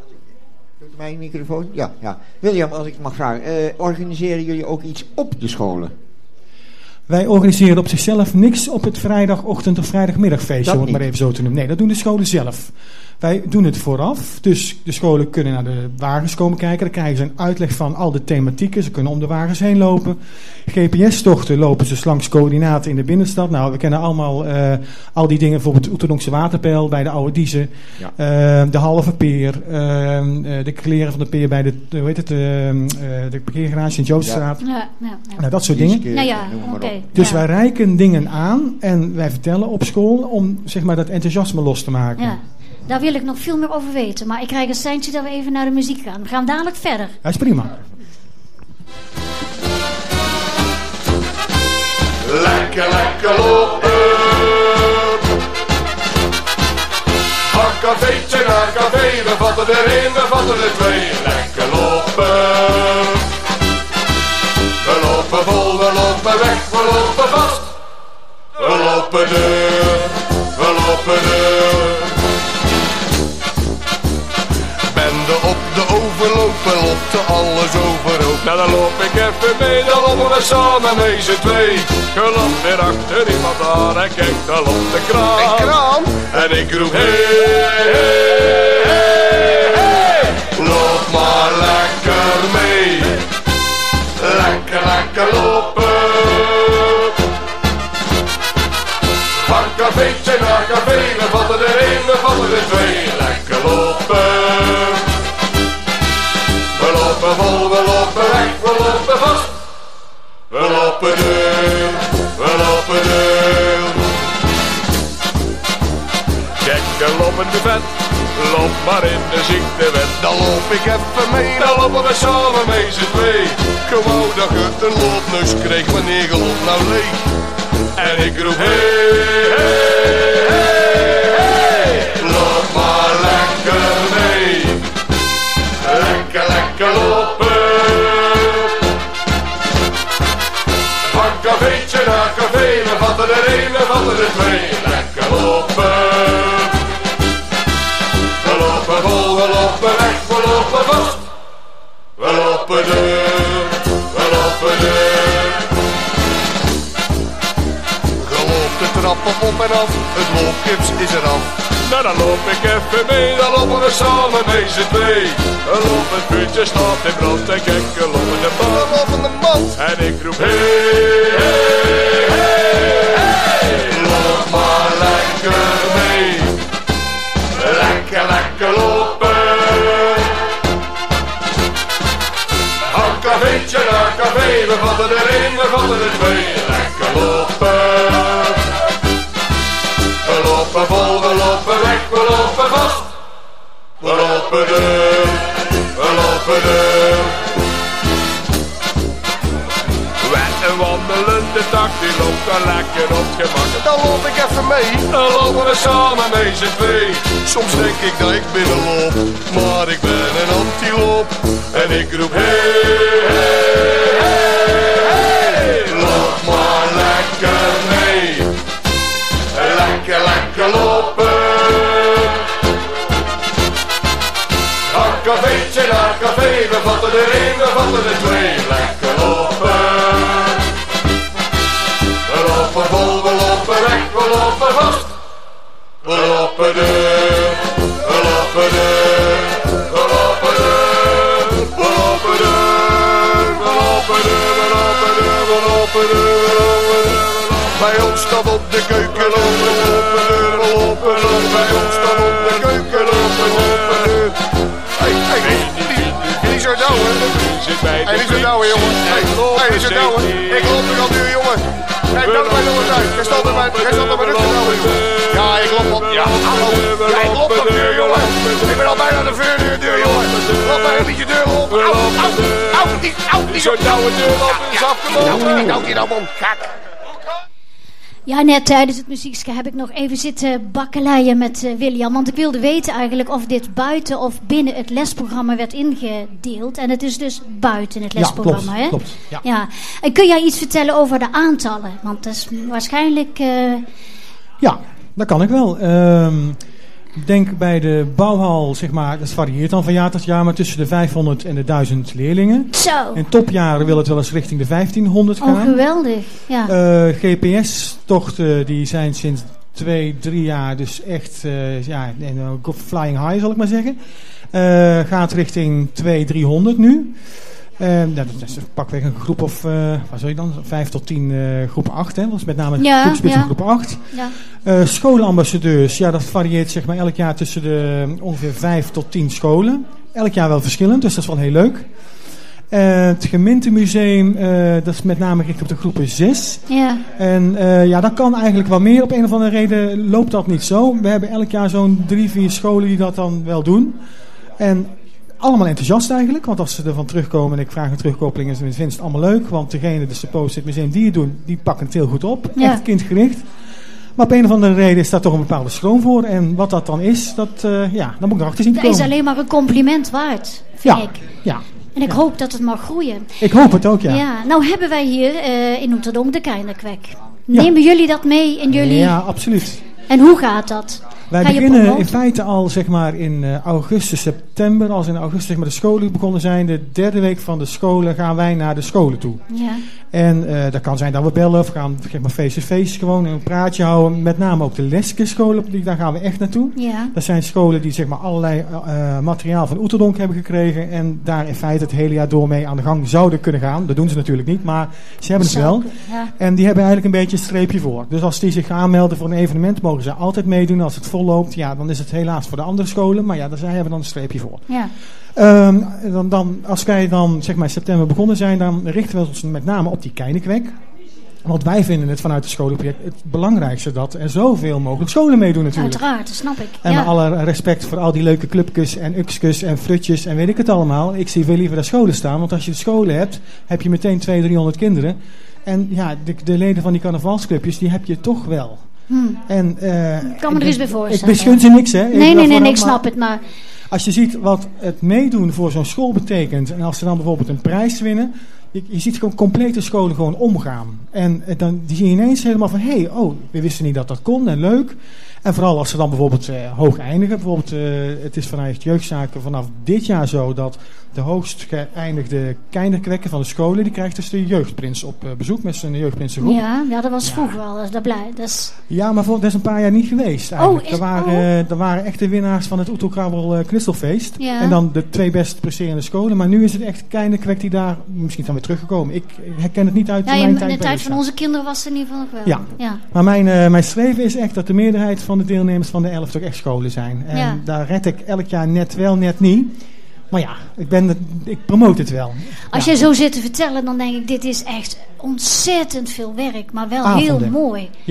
mijn microfoon? Ja. William, als ik mag vragen. Organiseren jullie ook iets op de scholen? Wij organiseren op zichzelf niks op het vrijdagochtend of vrijdagmiddagfeestje, om het maar even zo te noemen. Nee, dat doen de scholen zelf. Wij doen het vooraf. Dus de scholen kunnen naar de wagens komen kijken. Dan krijgen ze een uitleg van al de thematieken. Ze kunnen om de wagens heen lopen. GPS-tochten lopen ze langs coördinaten in de binnenstad. Nou, we kennen allemaal al die dingen. Bijvoorbeeld de Oeterdonkse waterpeil bij de Oude Diezen. Ja. De halve peer. De kleren van de peer bij de parkeergarage Sint-Joosstraat. Ja. Nou, dat soort dingen. Okay. Dus wij reiken dingen aan en wij vertellen op school om zeg maar, dat enthousiasme los te maken. Ja. Daar wil ik nog veel meer over weten. Maar ik krijg een seintje dat we even naar de muziek gaan. We gaan dadelijk verder. Dat is prima. Lekker lopen. Van cafeetje naar café. We vatten er één, we vatten er twee. Lekker lopen. We lopen vol, we lopen weg, we lopen vast. We lopen deur, we lopen deur. Bende op de overlopen, loopt alles overhoop. Nou dan loop ik even mee, dan lopen we samen mee z'n twee. Je loopt weer achter iemand aan en kijk, dan loopt de kraan. Een kraan? En ik roep hey, loop maar lekker mee. Lekker lopen. Van cafeetje naar café, we vatten er één, we vatten er twee. Lekker lopen. We lopen vol, we lopen weg, we lopen vast. We lopen deur, we lopen deur. Gekke loppende vent, loop maar in de ziektewet. Dan loop ik even mee, dan lopen we samen mee z'n twee. Gewoon dat je een loopneus kreeg wanneer je loopt nou leeg. En ik roep hey, loop maar lekker mee. Lekker lopen. Van cafeetje naar café, we vatten er één, we vatten er twee. Lekker lopen. We lopen vol, we lopen weg, we lopen vast. We lopen deur, we lopen deur. Geloof de trappen op en af, het loopgips is eraf. Nou dan loop ik even mee, dan lopen we samen mee z'n twee. We lopen het puntje staat in brand en kijk, we lopen de band. We lopen de band. En ik roep hey, loop maar lekker mee. Lekker lopen. Van lopen vast. We lopen deur, we lopen deur. Wij een wandelende tak, die loopt dan lekker op gemak. Dan loop ik even mee. Dan lopen we samen mee z'n twee. Soms denk ik dat ik binnenloop, maar ik ben een antiloop. En ik roep hey, hey, hey, hey. Loop maar lekker mee. Lekker, lekker lopen. Cafeetje naar café, we vatten er één, we vatten er twee. Lekker lopen. We lopen vol, we lopen weg, we lopen vast. We lopen deur, we lopen deur, we lopen deur, we lopen deur, we lopen deur, we lopen deur, we lopen deur, we lopen deur. Bij ons staat op de keuken lopen, lopen deur, lopen deur. Bij ons staat op de keuken lopen, lopen deur. Niet zo douwen. Niet zo douwen, jongen. Niet zo douwen. Ik loop er al duur, jongen. Kijk, dat is mijn jongens uit. Gij staat er maar druk te douwen, jongen. Ja, ik loop op. Ja, hallo. Ja, ik loop op deur, jongen. Ik ben al bijna de deur, jongen. Loop maar een beetje deur op. Niet zo douwen, deur lopen is afgelopen. Nou, die nou, man. Kijk. Ja, net tijdens het muziekske heb ik nog even zitten bakkeleien met William. Want ik wilde weten eigenlijk of dit buiten of binnen het lesprogramma werd ingedeeld. En het is dus buiten het lesprogramma, ja, klopt, hè? Klopt, ja. En kun jij iets vertellen over de aantallen? Want dat is waarschijnlijk... Ja, dat kan ik wel. Ik denk bij de bouwhal, zeg maar, dat varieert dan van jaar tot jaar, maar tussen de 500 en de 1000 leerlingen. Zo. In topjaren wil het wel eens richting de 1500 gaan. Oh, geweldig. Ja. GPS-tochten die zijn sinds 2-3 jaar dus echt flying high, zal ik maar zeggen. Gaat richting 200-300 nu. Dat is pakweg een groep of, wat zou je dan, 5 tot 10 groep 8, hè? Dat is met name toetspits groep 8. Ja. Scholenambassadeurs, ja, dat varieert zeg maar elk jaar tussen de ongeveer 5 tot 10 scholen. Elk jaar wel verschillend, dus dat is wel heel leuk. Het gemeentemuseum, dat is met name gericht op de groepen 6. Ja. En dat kan eigenlijk wel meer. Op een of andere reden loopt dat niet zo. We hebben elk jaar zo'n 3-4 scholen die dat dan wel doen. En allemaal enthousiast eigenlijk, want als ze ervan terugkomen en ik vraag een terugkoppeling en ze vinden het allemaal leuk, want degene, dus de Post-it Museum die het doen, die pakken het heel goed op. Ja. Echt kindgericht. Maar op een of andere reden is daar toch een bepaalde schroom voor. En wat dat dan is, dan moet ik erachter zien te komen. Dat is alleen maar een compliment waard, vind ik. Ja. En ik hoop dat het mag groeien. Ik hoop het ook, ja. Ja, nou hebben wij hier in Oeterdonk de Keinerkwek. Nemen jullie dat mee in jullie... Ja, absoluut. En hoe gaat dat? Wij beginnen in feite al zeg maar in augustus, september. Als in augustus zeg maar, de scholen begonnen zijn. De derde week van de scholen gaan wij naar de scholen toe. Ja. En dat kan zijn dat we bellen of gaan zeg maar, face-to-face gewoon een praatje houden. Met name ook de leskenscholen, daar gaan we echt naartoe. Ja. Dat zijn scholen die zeg maar, allerlei materiaal van Oeterdonk hebben gekregen. En daar in feite het hele jaar door mee aan de gang zouden kunnen gaan. Dat doen ze natuurlijk niet, maar ze hebben het wel. Ja. En die hebben eigenlijk een beetje een streepje voor. Dus als die zich aanmelden voor een evenement, mogen ze altijd meedoen. Als het volloopt, ja, dan is het helaas voor de andere scholen. Maar ja, zij hebben dan een streepje voor. Ja. Als wij dan zeg maar in september begonnen zijn, dan richten we ons met name op die Keinerkwek. Want wij vinden het vanuit het scholenproject het belangrijkste dat er zoveel mogelijk scholen meedoen natuurlijk. Uiteraard, dat snap ik. En met alle respect voor al die leuke clubjes en ukskus en frutjes en weet ik het allemaal. Ik zie veel liever daar scholen staan, want als je de scholen hebt, heb je meteen 200-300 kinderen. En ja, de leden van die carnavalsclubjes, die heb je toch wel. En, ik kan me er eens bij voorstellen. Ik misgun ze niks, hè? Nee, ik snap het, maar... Als je ziet wat het meedoen voor zo'n school betekent, en als ze dan bijvoorbeeld een prijs winnen, je ziet gewoon complete scholen gewoon omgaan. En dan die zie je ineens helemaal van, we wisten niet dat dat kon en leuk. En vooral als ze dan bijvoorbeeld hoog eindigen. Bijvoorbeeld, het is vanuit jeugdzaken vanaf dit jaar zo dat de hoogst geëindigde Keinerkwekken van de scholen, die krijgt dus de jeugdprins op bezoek met zijn jeugdprinsengroep. Ja, dat was vroeger wel. Dat blij. Ja, maar dat is een paar jaar niet geweest eigenlijk. Er waren echt de winnaars van het Oetelkrabbel Knutselfeest. Ja. En dan de 2 best presterende scholen. Maar nu is het echt Keinerkwek die daar misschien dan weer teruggekomen. Ik herken het niet uit mijn tijd. In de tijd van onze kinderen was het in ieder geval nog wel. Ja. Maar mijn streven is echt dat de meerderheid van de deelnemers van de 11 toch echt scholen zijn. En daar red ik elk jaar net wel, net niet. Maar ja, ik promote het wel. Als jij zo zit te vertellen, dan denk ik, dit is echt ontzettend veel werk, maar wel heel mooi. Ja.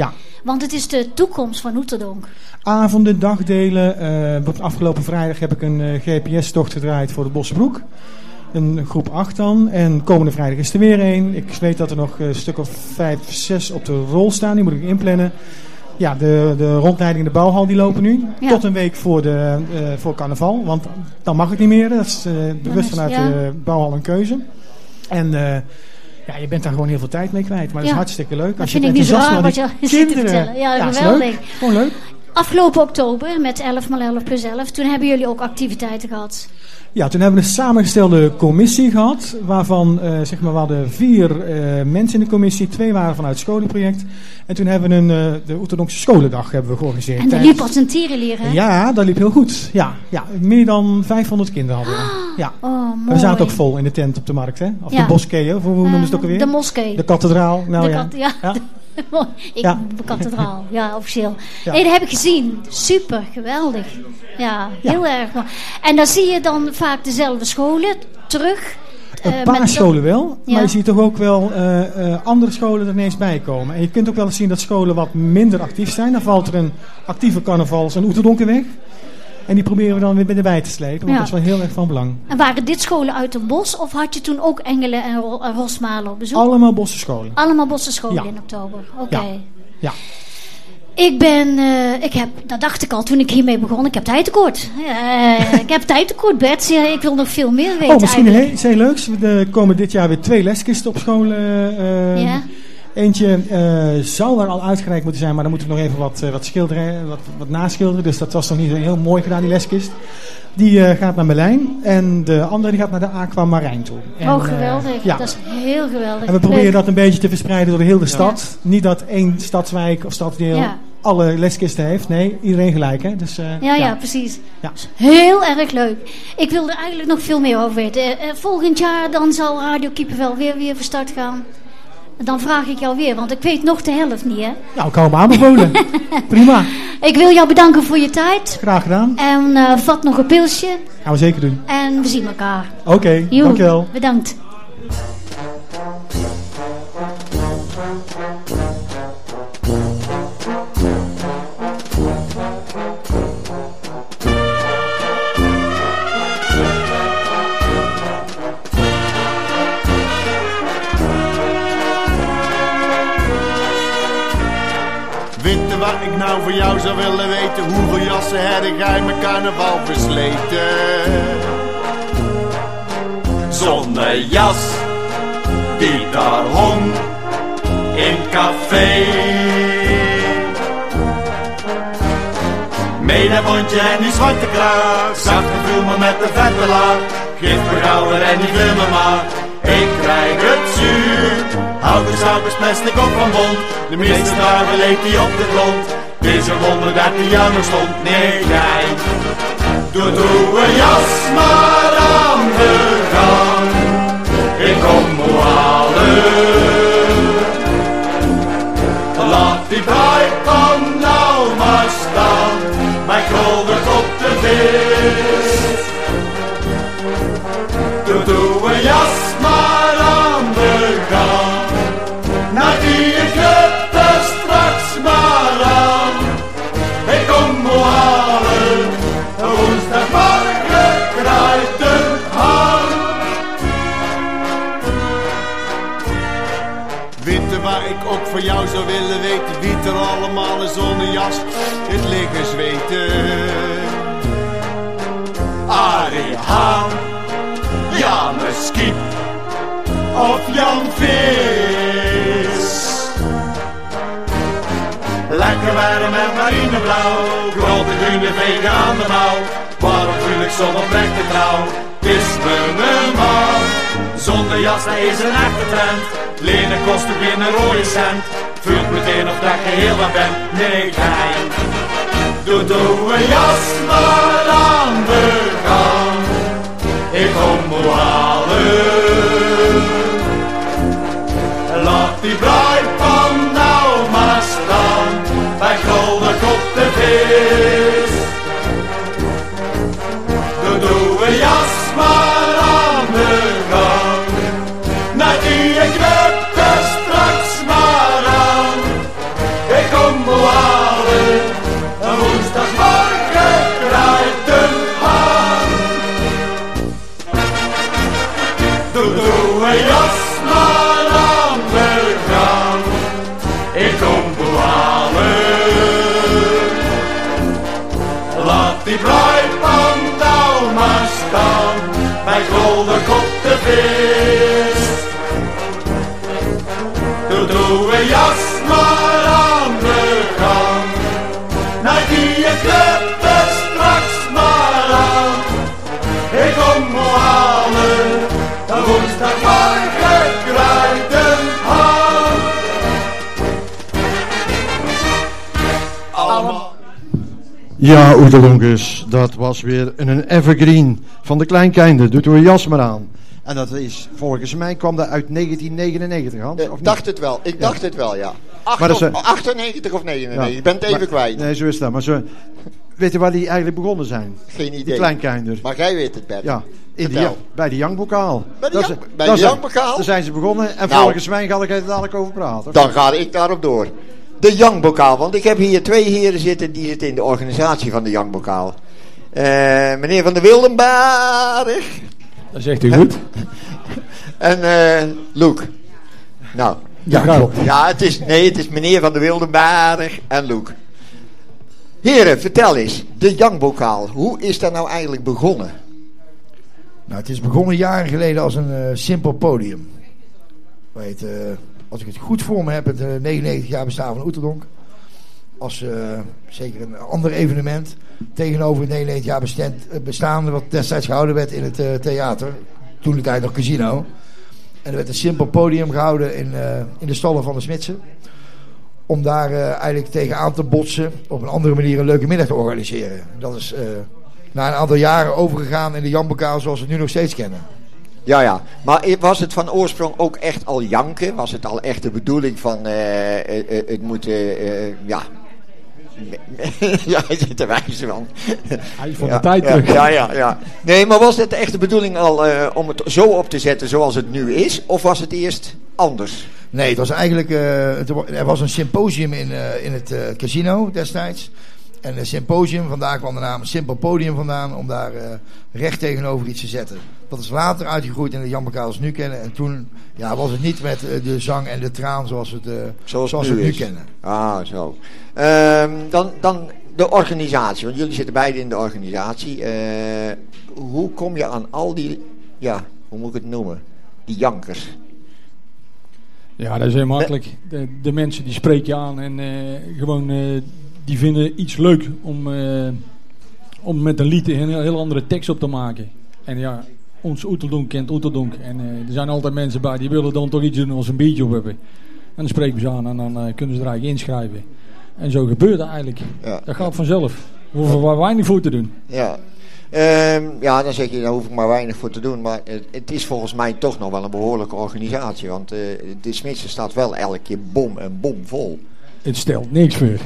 Want het is de toekomst van Oeterdonk. Avonden, dagdelen. Afgelopen vrijdag heb ik een GPS-tocht gedraaid voor de Bossenbroek. Een groep 8 dan. En komende vrijdag is er weer een. Ik weet dat er nog een stuk of 5, 6 op de rol staan. Die moet ik inplannen. Ja, de rondleidingen in de bouwhal die lopen nu. Ja. Tot een week voor carnaval. Want dan mag het niet meer. Dat is bewust vanuit de bouwhal een keuze. En je bent daar gewoon heel veel tijd mee kwijt. Maar dat is hartstikke leuk. Dat vind ik niet zo raar wat je zit te vertellen. Ja, geweldig. Leuk. Gewoon leuk. Afgelopen oktober met 11x11+11. Toen hebben jullie ook activiteiten gehad. Ja, toen hebben we een samengestelde commissie gehad. Waarvan we hadden 4 mensen in de commissie. 2 waren vanuit het scholenproject. En toen hebben we de Oeterdonkse Scholendag georganiseerd. En dat liep als een tierenlier, hè? Ja, dat liep heel goed. Ja, meer dan 500 kinderen hadden we. Ja. Oh, mooi. We zaten ook vol in de tent op de markt, hè? Of de moskee, hoe noemen ze het ook alweer? De moskee. De kathedraal. Nou, de kathedraal, officieel. Ja. Nee, dat heb ik gezien. Super, geweldig. Ja, heel erg mooi. En dan zie je dan vaak dezelfde scholen terug. Een paar scholen wel, maar je ziet toch ook wel andere scholen er ineens bij komen. En je kunt ook wel eens zien dat scholen wat minder actief zijn. Dan valt er een actieve carnavals- en Oeterdonken weg. En die proberen we dan weer erbij te slepen, want dat is wel heel erg van belang. En waren dit scholen uit een bos of had je toen ook Engelen en Rosmalen op bezoek? Allemaal bossenscholen. Allemaal bossenscholen in oktober, oké. Ja. Dat dacht ik al toen ik hiermee begon, ik heb tijdtekort. Ik heb tijdtekort, Bert. Ik wil nog veel meer weten. Misschien iets heel leuks. Er komen dit jaar weer 2 leskisten op school. Eentje zou er al uitgereikt moeten zijn, maar dan moeten we nog even wat schilderen, wat naschilderen. Dus dat was nog niet heel mooi gedaan, die leskist. Die gaat naar Merlijn en de andere die gaat naar de Aquamarijn toe. En, geweldig. Dat is heel geweldig. En we proberen dat een beetje te verspreiden door de hele stad. Niet dat één stadswijk of stadsdeel alle leskisten heeft. Nee, iedereen gelijk. Hè? Dus, precies. Ja. Heel erg leuk. Ik wil er eigenlijk nog veel meer over weten. Volgend jaar dan zal Radio Kiepenvel weer van start gaan. Dan vraag ik jou weer, want ik weet nog de helft niet, hè? Nou, ik hou hem aanbevolen. Prima. Ik wil jou bedanken voor je tijd. Graag gedaan. En vat nog een pilsje. Gaan we zeker doen. En we zien elkaar. Oké, dankjewel. Bedankt. Wat ik nou voor jou zou willen weten, hoeveel jassen heb jij mijn carnaval versleten? Zonnejas die daar hong in café. Medebondje en die zwarte kraag, zacht gevoel me met de vette laag. Geef me gauwer en die wil me maar, ik krijg het zuur. Houders, plastic op van bond. De meeste dagen leek die op de grond. Deze wonder dat die jou nog stond. Nee, jij doe een jas maar aan de gang. Ik kom moe halen. Laat die braaipan nou maar staan. Mijn kolder op de vis. Doe een jas maar aan de gang. Nou die ik heb er straks maar aan. Ik kom moe halen. Woensdagmorgen kraait de haan. Witte waar ik ook voor jou zou willen weten, wie er allemaal in zonder jas het liggen zweten. Arie Haan, Janus Kiep of Jan Vis. Lekker warm en marineblauw, grote groene vegen aan de mouw. Waarom voel ik zo'n oprechte trouw? Het is me normaal. Zonder jas, dat is een echte trend. Lenen kost ook weer een rode cent. Voelt meteen of dat je heel wat bent. Nee, gein. Doe een jas maar aan de gang. Ik kom moe halen. Laat die braaipan nou maar staan. Bij Golden op de vis. Doe een jas maar aan de gang. Nou die ik heb er straks maar aan. Ik kom moe die bruidband nou maar staan, bij Golderkop de vis. Doe we jas maar aan de gang, naar die club er straks maar aan. Ik kom halen, dan woensdagmorgen Kruidenhout. Allemaal. Ja, Oetelonkers, dat was weer een evergreen van de Kleinkeinder. Doet uw jas maar aan. En dat is, volgens mij kwam dat uit 1999, Hans? Of Ik dacht het wel, ja. 98 of 99, Ja. ik ben het even kwijt. Nee, zo is dat. Maar weet je waar die eigenlijk begonnen zijn? Geen idee. Die Kleinkeinder. Maar jij weet het, Bert. Ja, Vertel. bij de Youngbokaal. Bij de Youngbokaal? Daar zijn ze begonnen en Nou, volgens mij ga ik er dadelijk over praten. Dan ga ik daarop door. De Youngbokaal, want ik heb hier 2 heren zitten die zitten in de organisatie van de Youngbokaal. Meneer Van der Wildenberg. Dat zegt u goed. En Loek. Nou. Ja, klopt. Ja, het is meneer Van der Wildenberg en Loek. Heren, vertel eens. De Youngbokaal, hoe is dat nou eigenlijk begonnen? Nou, het is begonnen jaren geleden als een simpel podium. Weet, als ik het goed voor me heb, het 99 jaar bestaan van Oeterdonk. Als zeker een ander evenement tegenover het 99 jaar bestaande wat destijds gehouden werd in het theater. Toen de tijd nog casino. En er werd een simpel podium gehouden in de stallen van de Smitsen. Om daar eigenlijk tegenaan te botsen. Op een andere manier een leuke middag te organiseren. Dat is na een aantal jaren overgegaan in de Youngbokaal zoals we het nu nog steeds kennen. Ja. Maar was het van oorsprong ook echt al janken? Was het al echt de bedoeling van het moet, ja... ja, hij zit er wijze van. Hij is van de tijd terug. Ja. Nee, maar was het echt de bedoeling al om het zo op te zetten zoals het nu is? Of was het eerst anders? Nee, het was eigenlijk... er was een symposium in het casino destijds. En een symposium, vandaar kwam de naam Simpel Podium vandaan, om daar recht tegenover iets te zetten. Dat is later uitgegroeid in de Youngbokaal als we nu kennen. En toen was het niet met de zang en de traan zoals we het nu kennen. Ah, zo. Dan de organisatie, want jullie zitten beide in de organisatie. Hoe kom je aan al die, hoe moet ik het noemen, die jankers? Ja, dat is heel makkelijk. De mensen die spreek je aan en die vinden iets leuk om met een lied een heel andere tekst op te maken. En ja, ons Oeteldonk kent Oeteldonk. En er zijn altijd mensen bij die willen dan toch iets doen als een beetje op hebben. En dan spreken we ze aan en dan kunnen ze er eigenlijk inschrijven. En zo gebeurt het eigenlijk. Ja. Dat gaat vanzelf. We hoeven maar weinig voor te doen. Ja. Dan zeg je, daar hoef ik maar weinig voor te doen. Maar het is volgens mij toch nog wel een behoorlijke organisatie. Want de Smitsen staat wel elke keer bom en bom vol. Het stelt niks voor.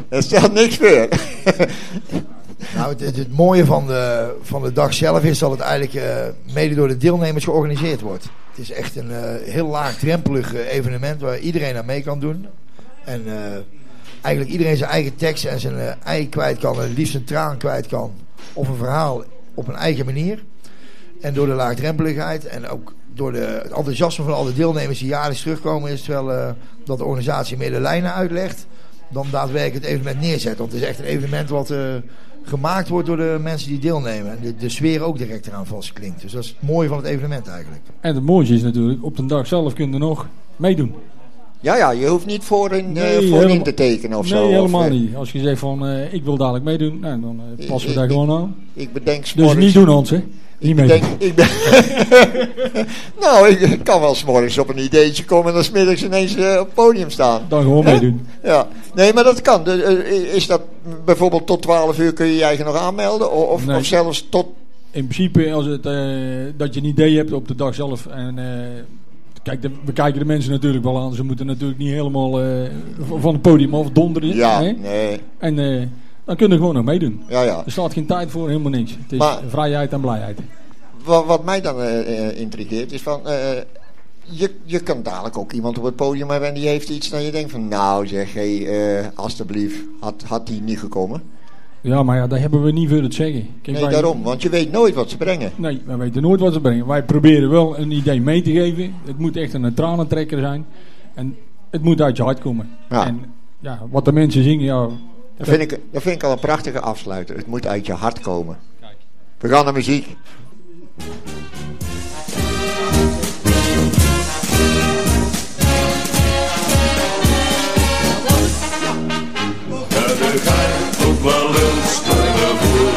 Nou, het mooie van de dag zelf is dat het eigenlijk mede door de deelnemers georganiseerd wordt. Het is echt een heel laagdrempelig evenement waar iedereen aan mee kan doen. En eigenlijk iedereen zijn eigen tekst en zijn ei kwijt kan. En het liefst een traan kwijt kan. Of een verhaal op een eigen manier. En door de laagdrempeligheid en ook door het enthousiasme van al de deelnemers die jaarlijks terugkomen, is het wel dat de organisatie meer de lijnen uitlegt dan daadwerkelijk het evenement neerzet. Want het is echt een evenement wat gemaakt wordt door de mensen die deelnemen. En de sfeer ook direct eraan vastklinkt. Dus dat is het mooie van het evenement eigenlijk. En het mooiste is natuurlijk, op de dag zelf kun je nog meedoen. Ja, je hoeft niet voorin te tekenen of zo. Nee, helemaal niet. Als je zegt van, ik wil dadelijk meedoen, nou, dan passen we daar gewoon aan. Ik bedenk dus niet doen, Hans, hè? Niet mee. Nou, ik kan wel 's morgens op een ideetje komen en dan 's middags ineens op het podium staan. Dan gewoon meedoen. Ja, nee, maar dat kan. Is dat bijvoorbeeld tot 12 uur kun je je eigen nog aanmelden? Of zelfs tot... In principe, als dat je een idee hebt op de dag zelf en... Kijk, we kijken de mensen natuurlijk wel aan. Ze moeten natuurlijk niet helemaal van het podium af donderen. Ja, nee. En dan kunnen we gewoon nog meedoen. Ja. Er staat geen tijd voor, helemaal niks. Het is vrijheid en blijheid. Wat mij dan intrigeert is van... Je kan dadelijk ook iemand op het podium hebben en die heeft iets dat je denkt van... Nou zeg, alstublieft, had die niet gekomen? Ja, maar daar hebben we niet voor te zeggen. Kijk, daarom, want je weet nooit wat ze brengen. Nee, wij weten nooit wat ze brengen. Wij proberen wel een idee mee te geven. Het moet echt een tranentrekker zijn. En het moet uit je hart komen. Ja. En wat de mensen zingen, Dat vind ik al een prachtige afsluiter. Het moet uit je hart komen. We gaan naar muziek. Ook wel eens de boer.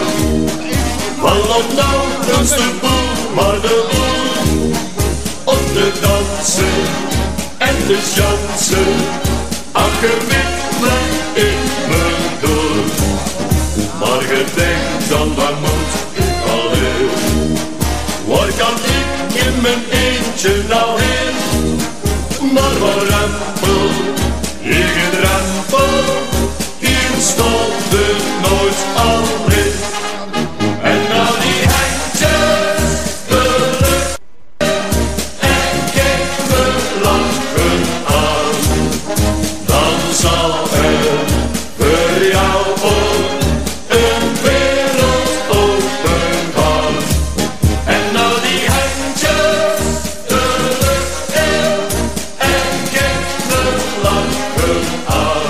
Val op nou, dus de boel, maar de boel. Op de dansen en de chansen. Akkerwit blijf ik me door. Maar gedenk dan, waar moet ik al heen? Waar kan ik in mijn eentje nou heen? Maar waar rempel, hier geen rempel. Hier stond de nooit alleen. En nou die heintjes geluk. En kijk me lachen aan. Dan zal er voor jou ook een wereld open gaan. En nou die heintjes geluk in. En kijk me lachen aan.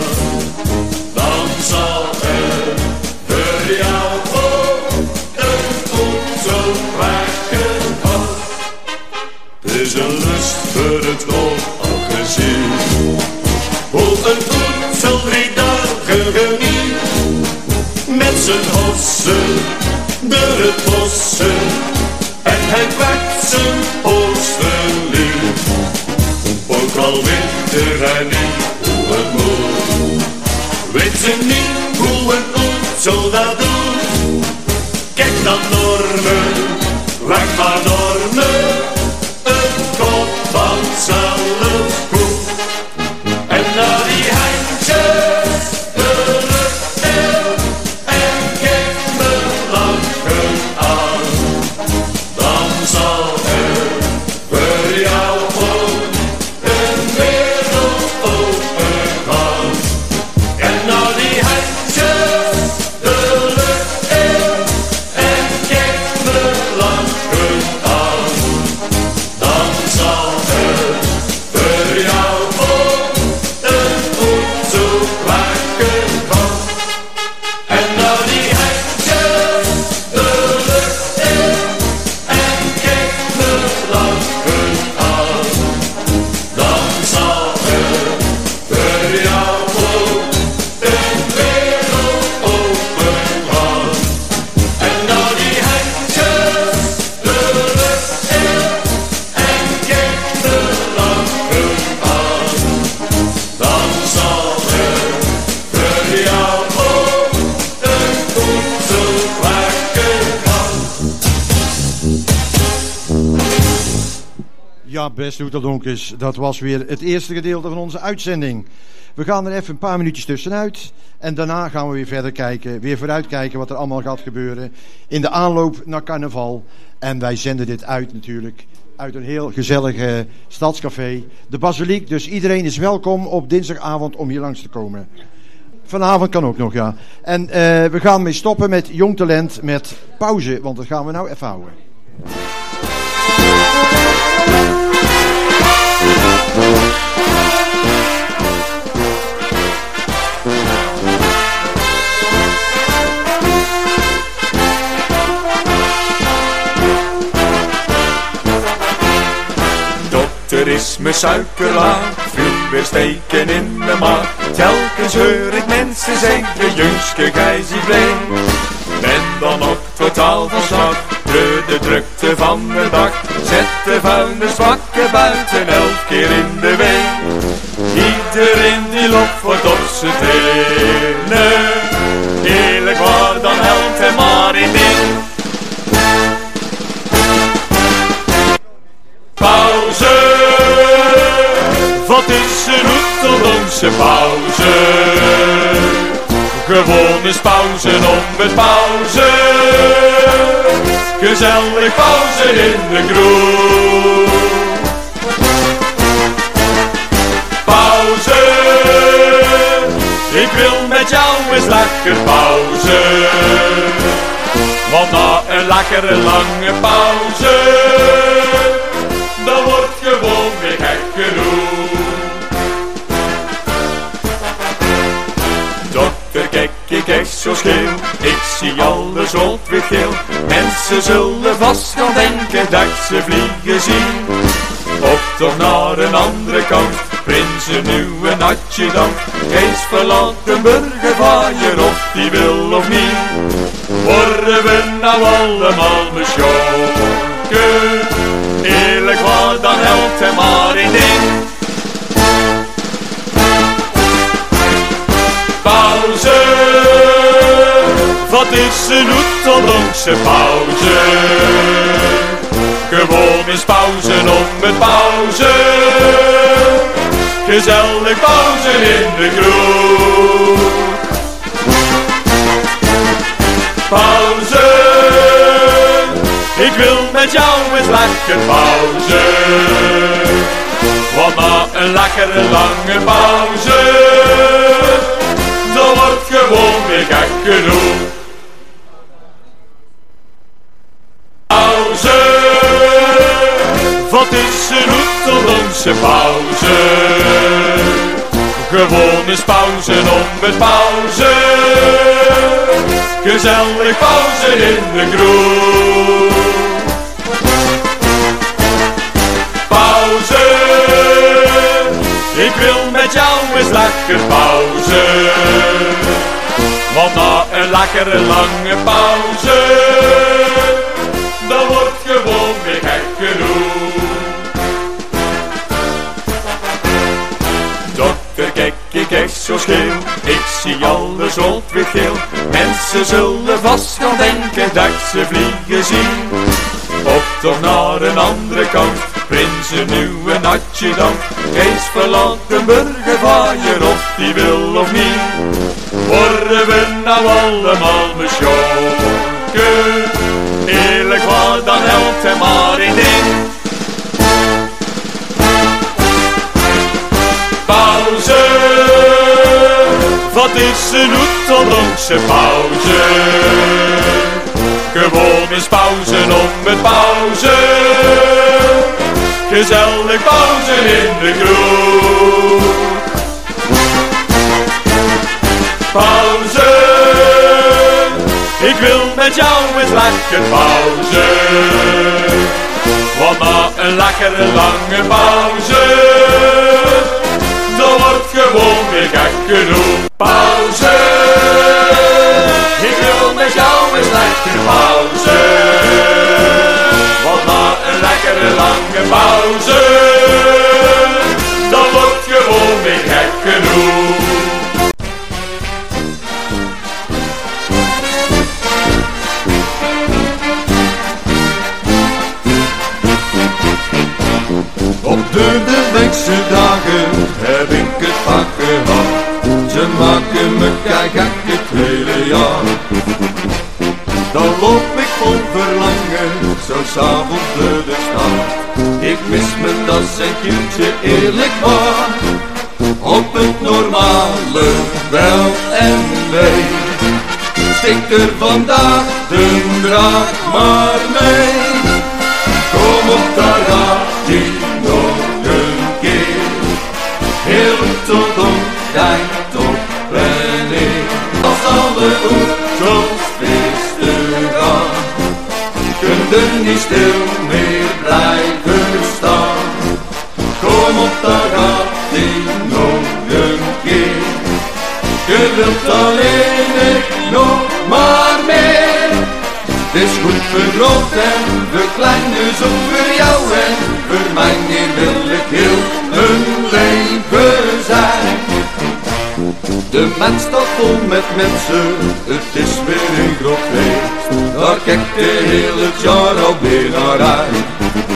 Dan zal er voor jou ook een voedsel werken gaan. Het is een lust voor het oog al gezien. Hoe een voedsel 3 dagen geniet. Met zijn hossen door het bossen. En hij wekt zijn oogsten lief. Ook al weet hij niet hoe het moet. Weet ze niet hoe een voedsel dat doet. Kijk dan Norme, weg maar Norme. Een kop van zelf goed. En naar die heintjes geluk in. En kijk me lachen aan. Dan zal er voor jou ook een wereld open gaan. En nou die heintjes geluk in. En kijk me lachen aan. Dan zal er voor jou ook een voedsel werken gaan. En nou die heintjes geluk in. En kijk me lachen aan. Dan zal er voor jou ook een wereld open gaan. En nou die heintjes geluk in. En kijk me lachen aan. Dan zal er voor jou ook een voedsel werken gaan. Ja, beste Hoeterdonkers, dat was weer het eerste gedeelte van onze uitzending. We gaan er even een paar minuutjes tussenuit. En daarna gaan we weer verder kijken, weer vooruitkijken wat er allemaal gaat gebeuren in de aanloop naar carnaval. En wij zenden dit uit natuurlijk uit een heel gezellig stadscafé, de Basiliek. Dus iedereen is welkom op dinsdagavond om hier langs te komen. Vanavond kan ook nog, ja. En we gaan mee stoppen met Jong Talent met pauze, want dat gaan we nou even houden. Er is mijn suikerlaag, viel weer steken in mijn maag. Telkens hoor ik mensen zeggen, jongske gij zie blij. Ben dan ook totaal van slag, door de drukte van de dag. Zet de vuilnisbakken buiten, 11 keer in de week. Iedereen die loopt wordt op z'n tenen. Eerlijk waar, dan helpt hij maar in ding. Pauze, wat is een Oeteldonksche pauze? Gewoon eens pauze om het pauze. Gezellig pauze in de kroeg. Pauze, ik wil met jou eens lekker pauze. Want na een lekkere lange pauze, dan wordt gewoon weer gek genoeg. Dokter, kijk zie alles rood wit geel. Mensen zullen vast gaan denken dat ze vliegen zien. Optocht naar een andere kant, prinsen nu een adjudant. Kees verlaat een burgervaaier of die wil of niet. Worden we nou allemaal beschonken? Eerlijk waar, dan helpt hij maar in ding. Pauze, wat is een oetelongse pauze? Gewoon eens pauze om het pauze. Gezellig pauze in de kroeg. Pauze, ik wil met jou eens lekker pauze. Want na een lekkere lange pauze, dan wordt gewoon weer gek genoeg. Pauze, wat is een oetelongse pauze? Gewoon eens pauze om het pauze. Gezellig pauze in de kroeg. Pauze, ik wil met jou eens lekker pauze. Want na een lekkere lange pauze, dan wordt gewoon weer gek genoeg. Dokter, kijk, ik echt zo scheel. Ik zie alles rood wit geel. Mensen zullen vast gaan denken dat ze vliegen zien. Optocht naar een andere kant, prinsen nu een adjudant. Kees verlaat een burgervaaier of die wil of niet. Worden we nou allemaal beschonken? Eerlijk waar, dan helpt hij maar in ding. Pauze, wat is een oetelongse pauze? Gewoon eens pauze om het pauze. Gezellig pauze in de kroeg. Pauze, ik wil met jou eens lekker pauze. Want na een lekkere lange pauze, dan wordt gewoon weer gek genoeg. Pauze, ik wil met jou eens lekker pauze. Want na een lekkere lange pauze, dan wordt gewoon weer gek genoeg. Op de weekse dagen heb ik het vaak gehad. Ze maken me gek het hele jaar. Dan loop ik vol verlangen, zo s'avonds door de stad. Ik mis mijn das en kieltje eerlijk waar. Op het normale wel en wee. Steek er vandaag de draad maar mee. Kom op, daar gaat die nog een keer. Heel tot om, kijk op en neer. Als alle oetels feesten gaan, kunnen niet stil meer blijven staan. Kom op, daar gaat die nog een keer. Je wilt alleen ik nog maar meer. Het is goed voor groot en voor klein, dus ook voor jou en voor mij. Hier wil ik heel mijn leven zijn. De mens staat vol met mensen, het is weer een groot feest. Daar kijkt de hele jaar alweer naar uit.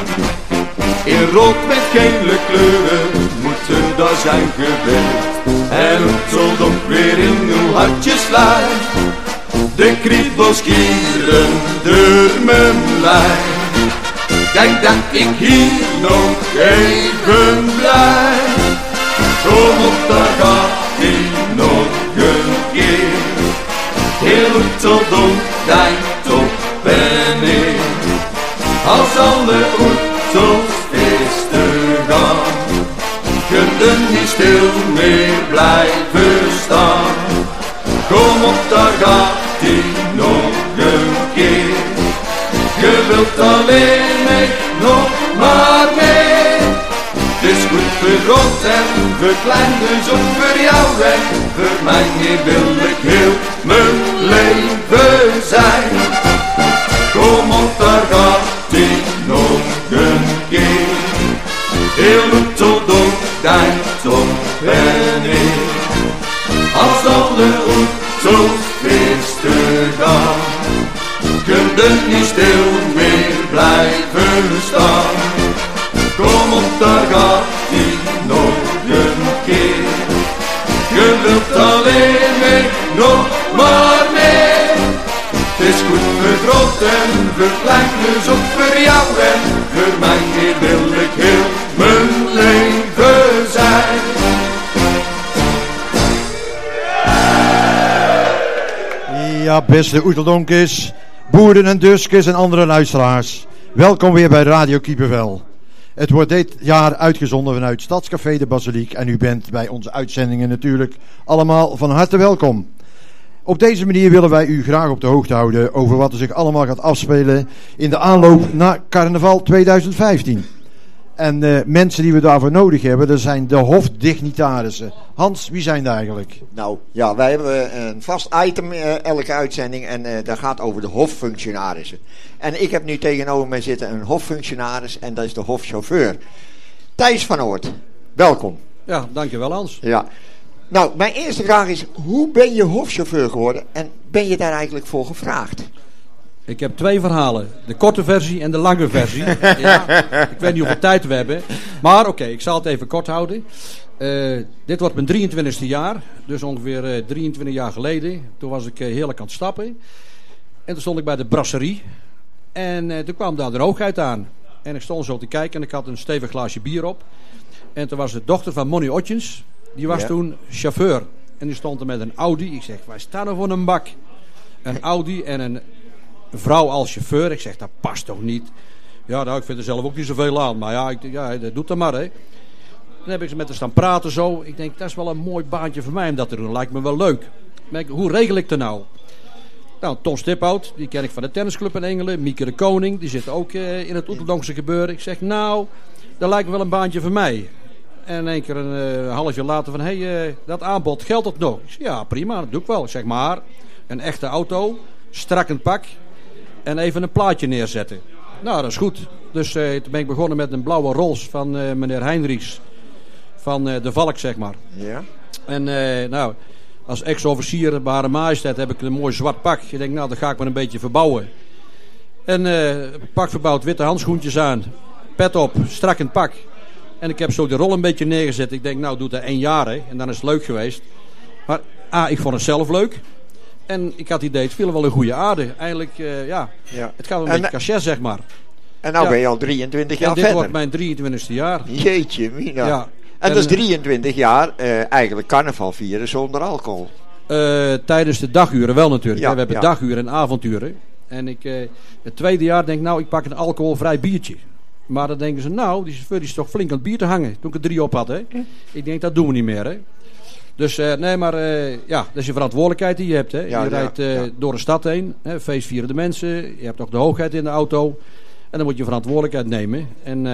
In rood met gele kleuren moeten daar zijn geweest. En het zal ook weer in uw hartjes lijf. De kriebels gieren door mijn lijf. Kijk dat ik hier nog even blijf. Kom op, daar gaat hij nog een keer. Heel tot om, kijkt op en neer. Als alle oetels feesten gaan, kunnen niet stil meer blijven staan. Kom op, daar gaat hij nog wilt alleen mee, nog maar mee. Het is goed vergroot en verkleind, dus ook voor jou en voor mij hier wil ik heel mijn leven zijn. Kom op, daar gaat hij nog een keer. Heel Oeteldonk denkt op en neer. Als alle Oetels feesten gaan, kun je niet stil meer blijven staan. Kom op, daar gaat hij nog een keer. Je wilt alleen mee, nog maar mee. Het is goed vergroot en verkleind, dus ook voor jou en voor mij hier wil ik heel mijn leven zijn. Ja, beste Oeteldonkers, boeren en duskers en andere luisteraars. Welkom weer bij Radio Kiepenvel. Het wordt dit jaar uitgezonden vanuit Stadscafé de Basiliek en u bent bij onze uitzendingen natuurlijk allemaal van harte welkom. Op deze manier willen wij u graag op de hoogte houden over wat er zich allemaal gaat afspelen in de aanloop naar carnaval 2015. En mensen die we daarvoor nodig hebben, dat zijn de hofdignitarissen. Hans, wie zijn dat eigenlijk? Nou, ja, wij hebben een vast item elke uitzending en dat gaat over de hoffunctionarissen. En ik heb nu tegenover mij zitten een hoffunctionaris en dat is de hofchauffeur. Thijs van Oort, welkom. Ja, dankjewel Hans. Ja. Nou, mijn eerste vraag is, hoe ben je hofchauffeur geworden en ben je daar eigenlijk voor gevraagd? Ik heb 2 verhalen. De korte versie en de lange versie. Ja, ik weet niet hoeveel tijd we hebben. Maar oké, ik zal het even kort houden. Dit wordt mijn 23e jaar. Dus ongeveer 23 jaar geleden. Toen was ik heerlijk aan het stappen. En toen stond ik bij de brasserie. En toen kwam daar de hoogheid aan. En ik stond zo te kijken en ik had een stevig glaasje bier op. En toen was de dochter van Monnie Otjens. Die was toen chauffeur. En die stond er met een Audi. Ik zeg, waar staan er voor een bak? Een Audi en een vrouw als chauffeur. Ik zeg, dat past toch niet? Ja, nou, ik vind er zelf ook niet zoveel aan. Maar ja, dat doet dat maar, hè. Dan heb ik ze met haar staan praten zo. Ik denk, dat is wel een mooi baantje voor mij om dat te doen. Lijkt me wel leuk. Maar hoe regel ik dat nou? Nou, Ton Stiphout, die ken ik van de tennisclub in Engelen. Mieke de Koning, die zit ook in het Oeteldonkse gebeuren. Ik zeg, nou, dat lijkt me wel een baantje voor mij. En in één keer een half jaar later van, dat aanbod, geldt dat nog? Ik zeg, ja, prima, dat doe ik wel. Ik zeg, maar, een echte auto, strak een pak en even een plaatje neerzetten. Nou, dat is goed. Dus toen ben ik begonnen met een blauwe Rolls van meneer Heinrichs van de Valk, zeg maar. Ja. En nou, als ex-officier bij Hare Majesteit heb ik een mooi zwart pak. Ik denk, nou, dat ga ik maar een beetje verbouwen. En pak verbouwd, witte handschoentjes aan, pet op, strak een pak. En ik heb zo de rol een beetje neergezet. Ik denk, nou, doe dat 1 jaar, hè. En dan is het leuk geweest. Maar ik vond het zelf leuk. En ik had het idee, het viel wel een goede aarde. Eigenlijk, het gaat een beetje cachet, zeg maar. En nou ben je al 23 jaar verder. En dit wordt mijn 23e jaar. Jeetje, mina. Ja. En dat is 23 jaar eigenlijk carnaval vieren zonder alcohol. Tijdens de daguren wel natuurlijk. Ja, we hebben daguren en avonturen. En het tweede jaar denk ik, nou, ik pak een alcoholvrij biertje. Maar dan denken ze, nou, die chauffeur is toch flink aan het bier te hangen. Toen ik er 3 op had, hè. Ik denk, dat doen we niet meer, hè. Dus nee, maar dat is je verantwoordelijkheid die je hebt, hè. Je rijdt door de stad heen, hè, feestvierende mensen. Je hebt ook de hoogheid in de auto. En dan moet je verantwoordelijkheid nemen. En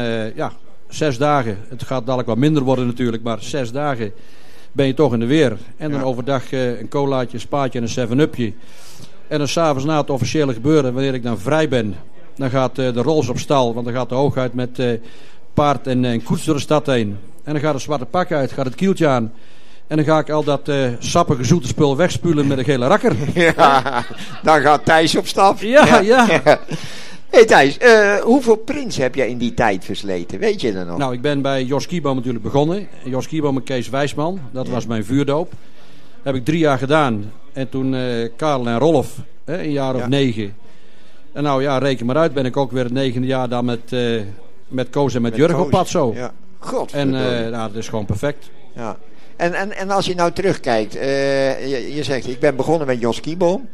6 dagen, het gaat dadelijk wat minder worden natuurlijk, maar 6 dagen ben je toch in de weer. En dan overdag een colaatje, een spaatje en een 7-upje. En dan s'avonds na het officiële gebeuren, wanneer ik dan vrij ben, dan gaat de Rolls op stal, want dan gaat de hoogheid met paard en koets door de stad heen. En dan gaat het zwarte pak uit, gaat het kieltje aan. En dan ga ik al dat sappige zoete spul wegspulen met een gele rakker. Ja, dan gaat Thijs op stap. Ja. Hey Thijs, hoeveel prins heb jij in die tijd versleten? Weet je dat nog? Nou, ik ben bij Jos Kieboom natuurlijk begonnen. Jos Kieboom en Kees Wijsman, dat was mijn vuurdoop. Dat heb ik 3 jaar gedaan. En toen Karel en Rolf, een jaar of 9. En nou ja, reken maar uit, ben ik ook weer het 9e jaar dan met Koos en met Jurgen op pad zo. Ja. God. En dat is gewoon perfect. Ja. En als je nou terugkijkt, je zegt, ik ben begonnen met Jos Kieboom.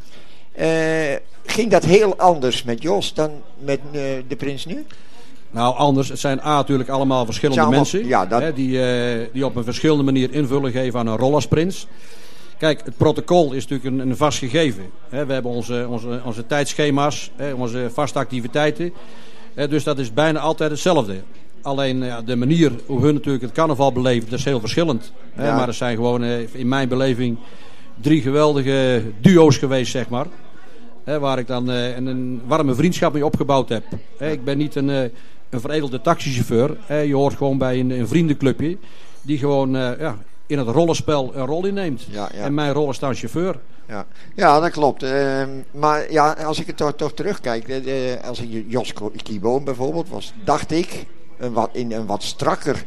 Ging dat heel anders met Jos dan met de prins nu? Nou, anders. Het zijn natuurlijk allemaal verschillende mensen. Ja, die op een verschillende manier invulling geven aan een rol als prins. Kijk, het protocol is natuurlijk een vast gegeven. Hè. We hebben onze tijdschema's, onze vaste activiteiten. Dus dat is bijna altijd hetzelfde. Alleen de manier hoe hun natuurlijk het carnaval beleven, dat is heel verschillend. Ja. Maar er zijn gewoon in mijn beleving 3 geweldige duo's geweest, zeg maar. Waar ik dan een warme vriendschap mee opgebouwd heb. Ik ben niet een veredelde taxichauffeur. Je hoort gewoon bij een vriendenclubje die gewoon in het rollenspel een rol inneemt. Ja. En mijn rol is dan chauffeur. Ja, dat klopt. Maar ja, als ik het toch terugkijk, als ik Jos Kieboom bijvoorbeeld was, dacht ik in een wat strakker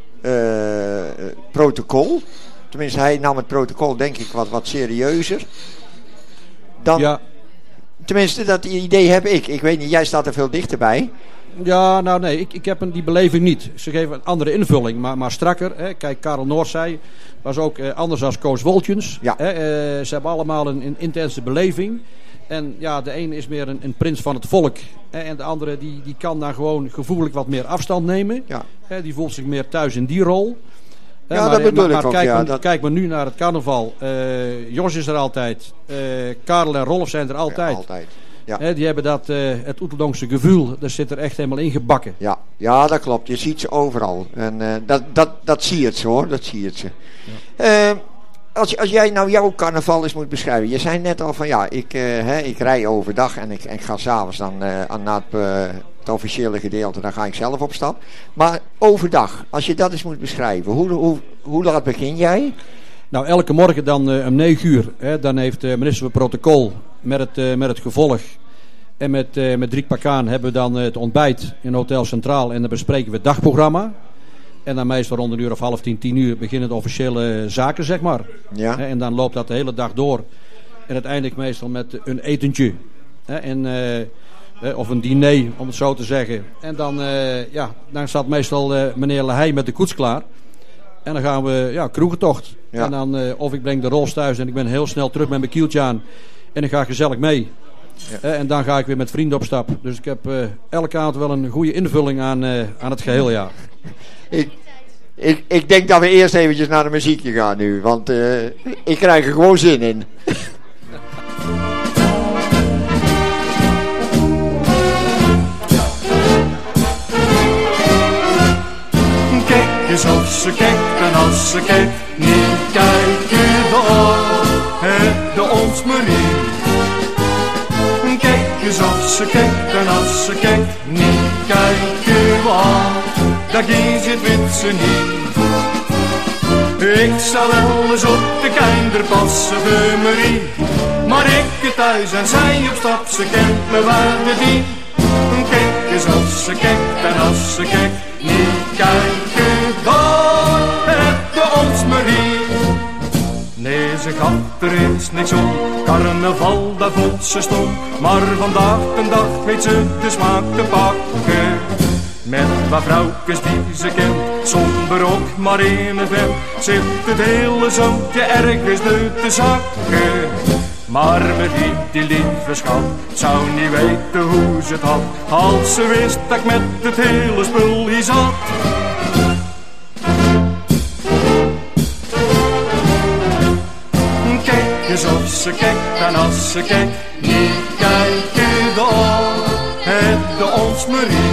protocol. Tenminste, hij nam het protocol denk ik wat serieuzer. Dan, ja. Tenminste, dat idee heb ik. Ik weet niet, jij staat er veel dichterbij. Ja, nou nee, ik heb die beleving niet. Ze geven een andere invulling, maar strakker. Hè. Kijk, Karel Noordzij was ook anders dan Koos Woltjens. Ja. Ze hebben allemaal een intense beleving. En ja, de ene is meer een prins van het volk. En de andere die kan daar gewoon gevoelig wat meer afstand nemen. Ja. Die voelt zich meer thuis in die rol. Ja, dat bedoel ik ook. Kijk maar nu naar het carnaval. Jos is er altijd. Karel en Rolf zijn er altijd. Ja, altijd. Ja. Die hebben het Oeteldonksche gevoel. Dat zit er echt helemaal ingebakken. Ja, dat klopt. Je ziet ze overal. En dat zie je hoor. Dat zie je ze. Ja. Als jij nou jouw carnaval eens moet beschrijven. Je zei net al van ik rij overdag en ik ga s'avonds dan na het officiële gedeelte, dan ga ik zelf op stap. Maar overdag, als je dat eens moet beschrijven, hoe laat begin jij? Nou, elke morgen dan om 9 uur. Dan heeft de minister van Protocol met het gevolg en met Driek Pakaan hebben we dan het ontbijt in Hotel Centraal en dan bespreken we het dagprogramma. En dan meestal rond 9:30, 9:30, 10:00 beginnen de officiële zaken, zeg maar. Ja. En dan loopt dat de hele dag door. En uiteindelijk meestal met een etentje. Of een diner, om het zo te zeggen. En dan staat meestal meneer Leheij met de koets klaar. En dan gaan we kroegentocht. Ja. En dan of ik breng de Rolls thuis en ik ben heel snel terug met mijn kieltje aan. En dan ga ik gezellig mee. Ja. En dan ga ik weer met vrienden op stap. Dus ik heb elke avond wel een goede invulling aan het geheel, ja. Ik denk dat we eerst eventjes naar de muziekje gaan nu. Want ik krijg er gewoon zin in. Kijk eens of ze kijkt en als ze kijkt, niet kijken door. De ons Marie. Kijk eens of ze kijkt en als ze kijkt, niet kijken waar. Dat is het wit ze niet. Ik zal wel eens op de kinder passen voor Marie. Maar ik thuis en zij op stap, ze kent me waarde die. Kijk eens of ze kijkt en als ze kijkt, niet kijken daar. Heb de ons Marie. Nee, ze gaf er eens niks om. Carnaval, daar voelt ze stom. Maar vandaag de dag weet ze de smaak te pakken. Met wat vrouwtjes die ze kent, zonder ook maar in een vent, zit het hele zandje ergens uit de zakken. Maar Marie, die lieve schat, zou niet weten hoe ze het had, als ze wist dat ik met het hele spul hier zat. Kijk eens of ze kijkt en als ze kijkt, niet kijken door. Het de ons Marie.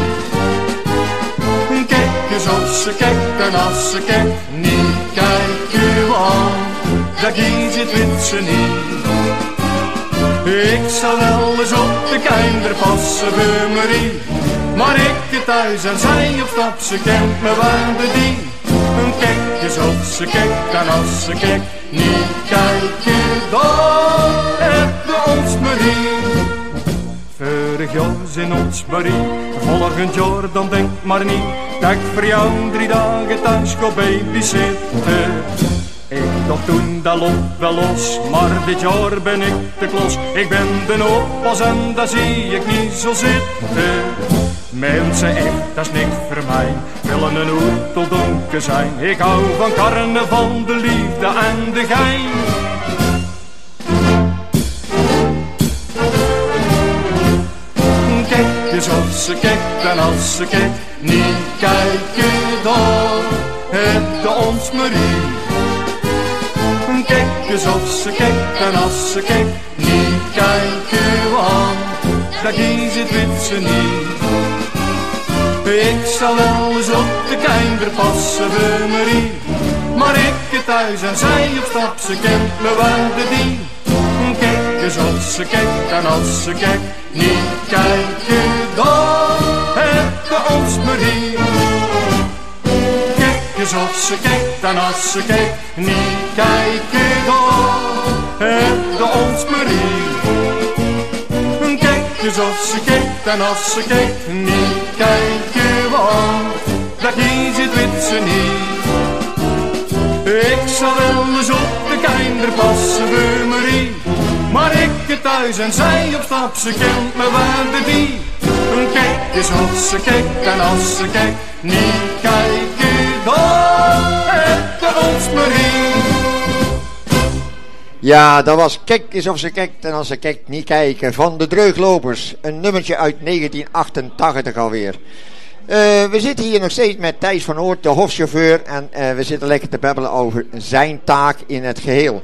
Kijk eens of ze kijkt en als ze kijkt, niet kijken want dat kies het wit ze niet. Ik zal wel eens op de kinder passen voor Marie, maar ik thuis en zij op stap, ze kent me waarde die. Kijk eens of ze kijkt en als ze kijkt, niet kijken dan heb de ons Marie. Vorig jaar in ons Marie, volgend jaar dan denk maar niet dat ik voor jou 3 dagen thuis ga babysitten. Ik dacht toen dat loopt wel los, maar dit jaar ben ik te klos. Ik ben de oppas en daar zie ik niet zo zitten. Mensen echt, dat is niks voor mij, willen een oeteldonker zijn. Ik hou van carnaval, de liefde en de gein. Kijk eens of ze kijkt en als ze kijkt, niet kijken door. Het de ons Marie. Kijk eens of ze kijkt en als ze kijkt niet kijken aan, dan kies het wit ze niet. Ik zal wel eens op de kinder passen bij Marie, maar ik het thuis en zij op stap, ze kent me wel de die. Kijk eens of ze kijkt en als ze kijkt niet kijken, dan heb je ons Marie. Kijk eens of ze kijkt en als ze kijkt niet kijken, dan heb je ons Marie. Kijk eens of ze kijkt en als ze kijkt niet kijken, want dat kies het wit ze niet. Ik zal wel eens op de kinder passen voor Marie, maar ik het thuis en zij op stap, ze kent me waarde die. Kijk eens of ze kijkt en als ze kijkt niet kijken, dan heb je ons Marie. Ja, dat was Kijk eens of ze kijkt en als ze kijkt niet kijken van de Dreuglopers. Een nummertje uit 1988 alweer. We zitten hier nog steeds met Thijs van Oort, de hofchauffeur. En we zitten lekker te babbelen over zijn taak in het geheel.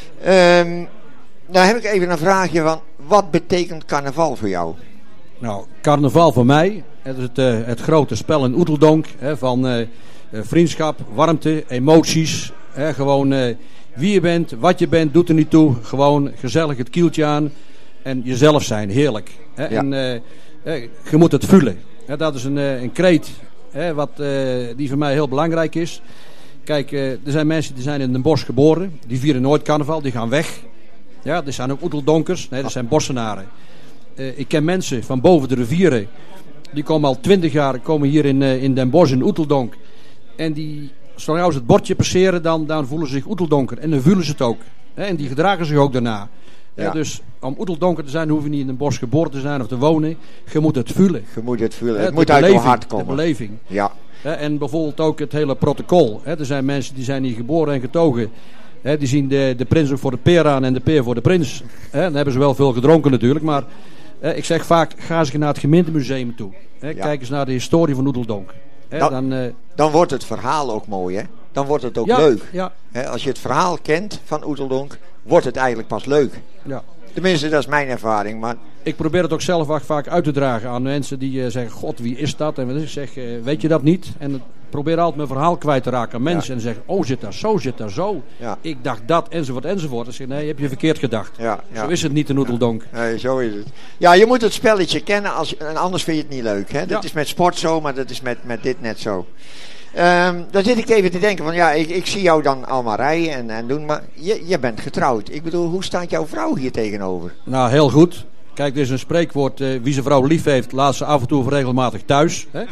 Nou heb ik even een vraagje van, wat betekent carnaval voor jou? Nou, carnaval voor mij, het is het grote spel in Oeteldonk. Van vriendschap, warmte, emoties. Gewoon wie je bent, wat je bent, doet er niet toe. Gewoon gezellig het kieltje aan en jezelf zijn, heerlijk. Ja. En je moet het voelen. Dat is een kreet die voor mij heel belangrijk is. Kijk, er zijn mensen die zijn in Den Bosch geboren. Die vieren nooit carnaval, die gaan weg. Ja, er zijn ook Oeteldonkers. Nee, dat zijn Bossenaren. Ik ken mensen van boven de rivieren. Die komen al 20 jaar hier in Den Bosch in Oeteldonk. En die, zodra ze het bordje passeren, dan voelen ze zich Oeteldonker. En dan voelen ze het ook. En die gedragen zich ook daarna. Ja. Dus om Oeteldonker te zijn hoef je niet in een bos geboren te zijn of te wonen. Je moet het voelen. Je moet het voelen. Het moet uit je hart komen. De beleving. Ja. En bijvoorbeeld ook het hele protocol. Er zijn mensen die zijn hier geboren en getogen. Die zien de prins ook voor de peer aan en de peer voor de prins. Dan hebben ze wel veel gedronken natuurlijk. Maar ik zeg vaak, ga eens naar het gemeentemuseum toe. Ja. Kijk eens naar de historie van Oeteldonk. Dan wordt het verhaal ook mooi, hè? Dan wordt het ook leuk. Ja. Als je het verhaal kent van Oeteldonk, wordt het eigenlijk pas leuk. Ja. Tenminste, dat is mijn ervaring. Maar ik probeer het ook zelf vaak uit te dragen aan mensen die zeggen, god, wie is dat? En ik zeg, weet je dat niet? En ik probeer altijd mijn verhaal kwijt te raken aan mensen. En zeggen, oh, zit daar zo. Ja. Ik dacht dat, enzovoort. Dan zeg ik, nee, heb je verkeerd gedacht. Ja. Zo is het niet in Oeteldonk. Nee, zo is het. Ja, je moet het spelletje kennen, en anders vind je het niet leuk. Hè? Dat is met sport zo, maar dat is met dit net zo. Dan zit ik even te denken van ik zie jou dan allemaal rijden en doen, maar je bent getrouwd. Ik bedoel, hoe staat jouw vrouw hier tegenover? Nou, heel goed. Kijk, er is een spreekwoord, wie zijn vrouw lief heeft, laat ze af en toe regelmatig thuis. Hè?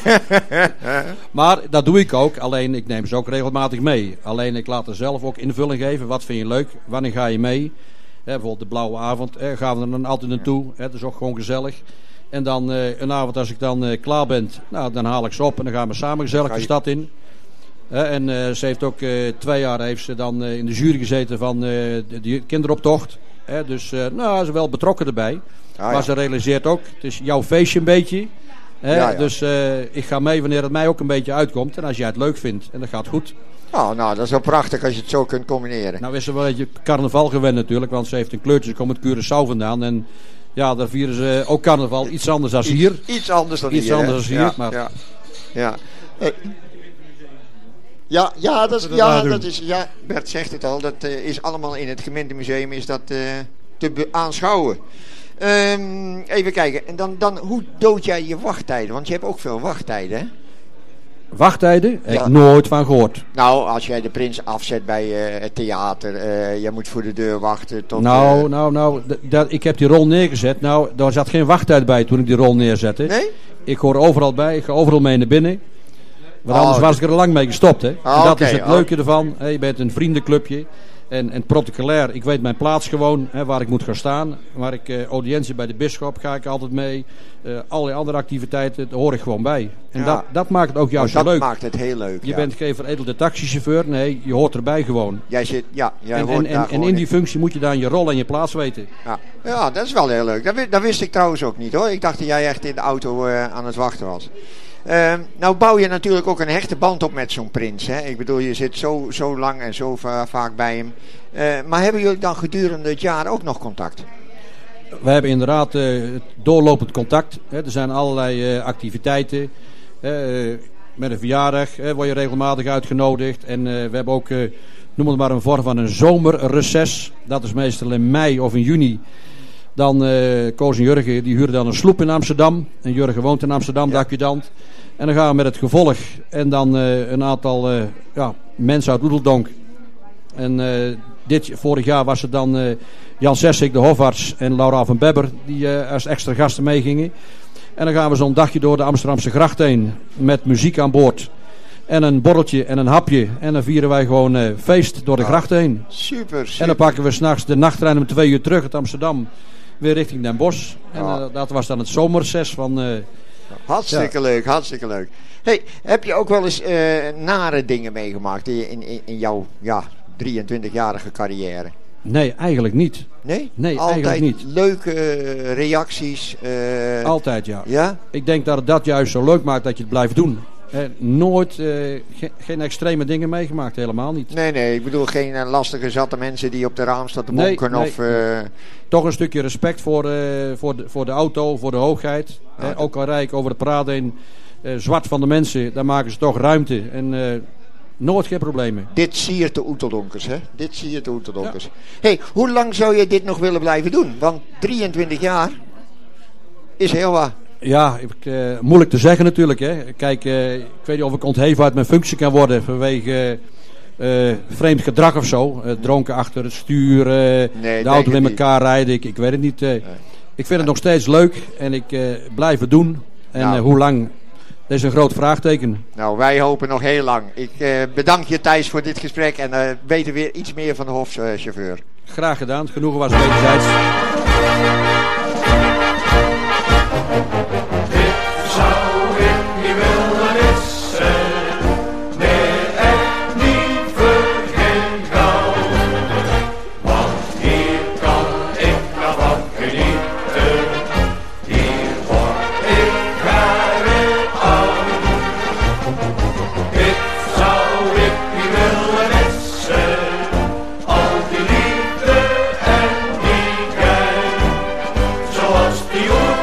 Maar dat doe ik ook, alleen ik neem ze ook regelmatig mee. Alleen ik laat er zelf ook invulling geven, wat vind je leuk, wanneer ga je mee? Bijvoorbeeld de blauwe avond, gaan we er dan altijd naartoe, dat is ook gewoon gezellig. En dan een avond als ik dan klaar ben, dan haal ik ze op en dan gaan we samen gezellig de stad in. En ze heeft ook 2 jaar heeft ze dan in de jury gezeten van de kinderoptocht. Dus ze is wel betrokken erbij. Maar ze realiseert ook, het is jouw feestje een beetje. Dus ik ga mee wanneer het mij ook een beetje uitkomt. En als jij het leuk vindt en dat gaat goed. Oh, nou, dat is wel prachtig als je het zo kunt combineren. Nou is ze wel een beetje carnaval gewend natuurlijk, want ze heeft een kleurtje, ze komt uit Curaçao vandaan. En ja, daar vieren ze ook carnaval iets anders dan hier. Iets anders dan iets hier. Anders dan hier, maar dat is, Bert zegt het al, dat is allemaal in het gemeentemuseum is dat te aanschouwen. Even kijken, en dan hoe dood jij je wachttijden? Want je hebt ook veel wachttijden, hè? Wachttijden? Heb ik nooit van gehoord. Nou, als jij de prins afzet bij het theater, je moet voor de deur wachten tot... Ik heb die rol neergezet. Nou, daar zat geen wachttijd bij toen ik die rol neerzette. Nee? Ik hoor overal bij, ik ga overal mee naar binnen. Want anders was ik er lang mee gestopt, hè. En dat is het leuke ervan. Je bent een vriendenclubje. En protocolair, ik weet mijn plaats gewoon, waar ik moet gaan staan. Waar ik audiëntie bij de bisschop ga ik altijd mee. Allerlei andere activiteiten, daar hoor ik gewoon bij. En dat maakt het ook juist zo leuk. Dat maakt het heel leuk. Je bent geen veredelde taxichauffeur, nee, je hoort erbij gewoon. Jij zit, jij hoort daar gewoon. En in die functie moet je dan je rol en je plaats weten. Ja, dat is wel heel leuk. Dat wist ik trouwens ook niet, hoor. Ik dacht dat jij echt in de auto aan het wachten was. Nou bouw je natuurlijk ook een hechte band op met zo'n prins. Hè? Ik bedoel, je zit zo lang en zo vaak bij hem. Maar hebben jullie dan gedurende het jaar ook nog contact? We hebben inderdaad doorlopend contact. Hè. Er zijn allerlei activiteiten. Met een verjaardag word je regelmatig uitgenodigd. En we hebben ook, noem het maar een vorm van een zomerreces. Dat is meestal in mei of in juni. Dan Koos en Jurgen, die huren dan een sloep in Amsterdam. En Jurgen woont in Amsterdam, de adjudant. En dan gaan we met het gevolg. En dan een aantal mensen uit Oedeldonk. En vorig jaar was het dan Jan Sessik, de hofarts, en Laura van Bebber, die als extra gasten meegingen. En dan gaan we zo'n dagje door de Amsterdamse gracht heen. Met muziek aan boord. En een borreltje en een hapje. En dan vieren wij gewoon feest door de gracht heen. Super. En dan pakken we 's nachts de nachttrein om 2 uur terug uit Amsterdam. Weer richting Den Bosch. En dat was dan het zomerreces van... Hartstikke leuk, hartstikke leuk. Hey, heb je ook wel eens nare dingen meegemaakt in jouw 23-jarige carrière? Nee, eigenlijk niet. Nee? Nee, altijd eigenlijk niet. Leuke reacties? Altijd, ja. Ja? Ik denk dat het dat juist zo leuk maakt dat je het blijft doen. Nooit, geen extreme dingen meegemaakt, helemaal niet. Nee, ik bedoel geen lastige zatte mensen die op de raam staan te bonken. Nee. Of, Toch een stukje respect voor de auto, voor de hoogheid. Ook al rijd ik over het parade heen, zwart van de mensen, daar maken ze toch ruimte. En nooit geen problemen. Dit siert de Oeteldonkers, hè? Dit siert de Oeteldonkers. Ja. Hey, hoe lang zou je dit nog willen blijven doen? Want 23 jaar is heel wat. Ja, moeilijk te zeggen natuurlijk. Hè. Kijk, ik weet niet of ik ontheven uit mijn functie kan worden vanwege vreemd gedrag of zo. Dronken achter het stuur, de auto in elkaar rijden. Ik weet het niet. Ik vind het nog steeds leuk en ik blijf het doen. En hoe lang? Dat is een groot vraagteken. Nou, wij hopen nog heel lang. Ik bedank je, Thijs, voor dit gesprek en weten weer iets meer van de hofchauffeur. Graag gedaan. Genoegen was wederzijds. Zou ik niet willen missen, nee echt niet vergeten gauw. Want hier kan ik nog van genieten, hier word ik weer oud. Dit zou ik niet willen missen, al die liefde en die kijk, zoals die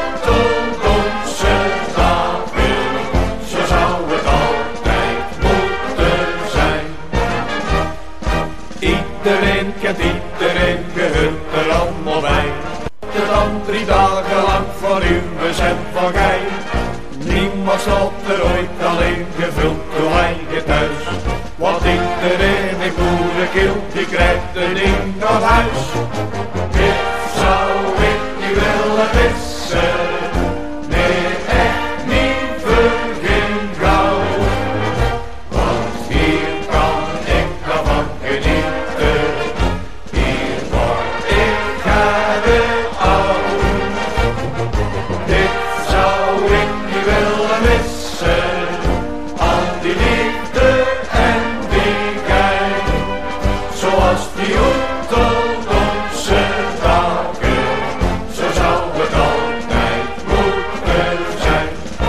iedereen kent iedereen, gehut er allemaal bij. Het dan 3 dagen lang voor u en van gij. Niemand zal er ooit alleen gevuld door eigen thuis. Want iedereen in boerenkeel, die krijgt een ding naar huis. Dit zou ik niet willen missen, nee echt niet vergeten gauw. Want hier kan ik nog van genieten, hier word ik weer oud. Dit zou ik niet willen missen, al die liefde en die kijk, zoals die Oeteldonkse dagen, zo zou het altijd moeten zijn.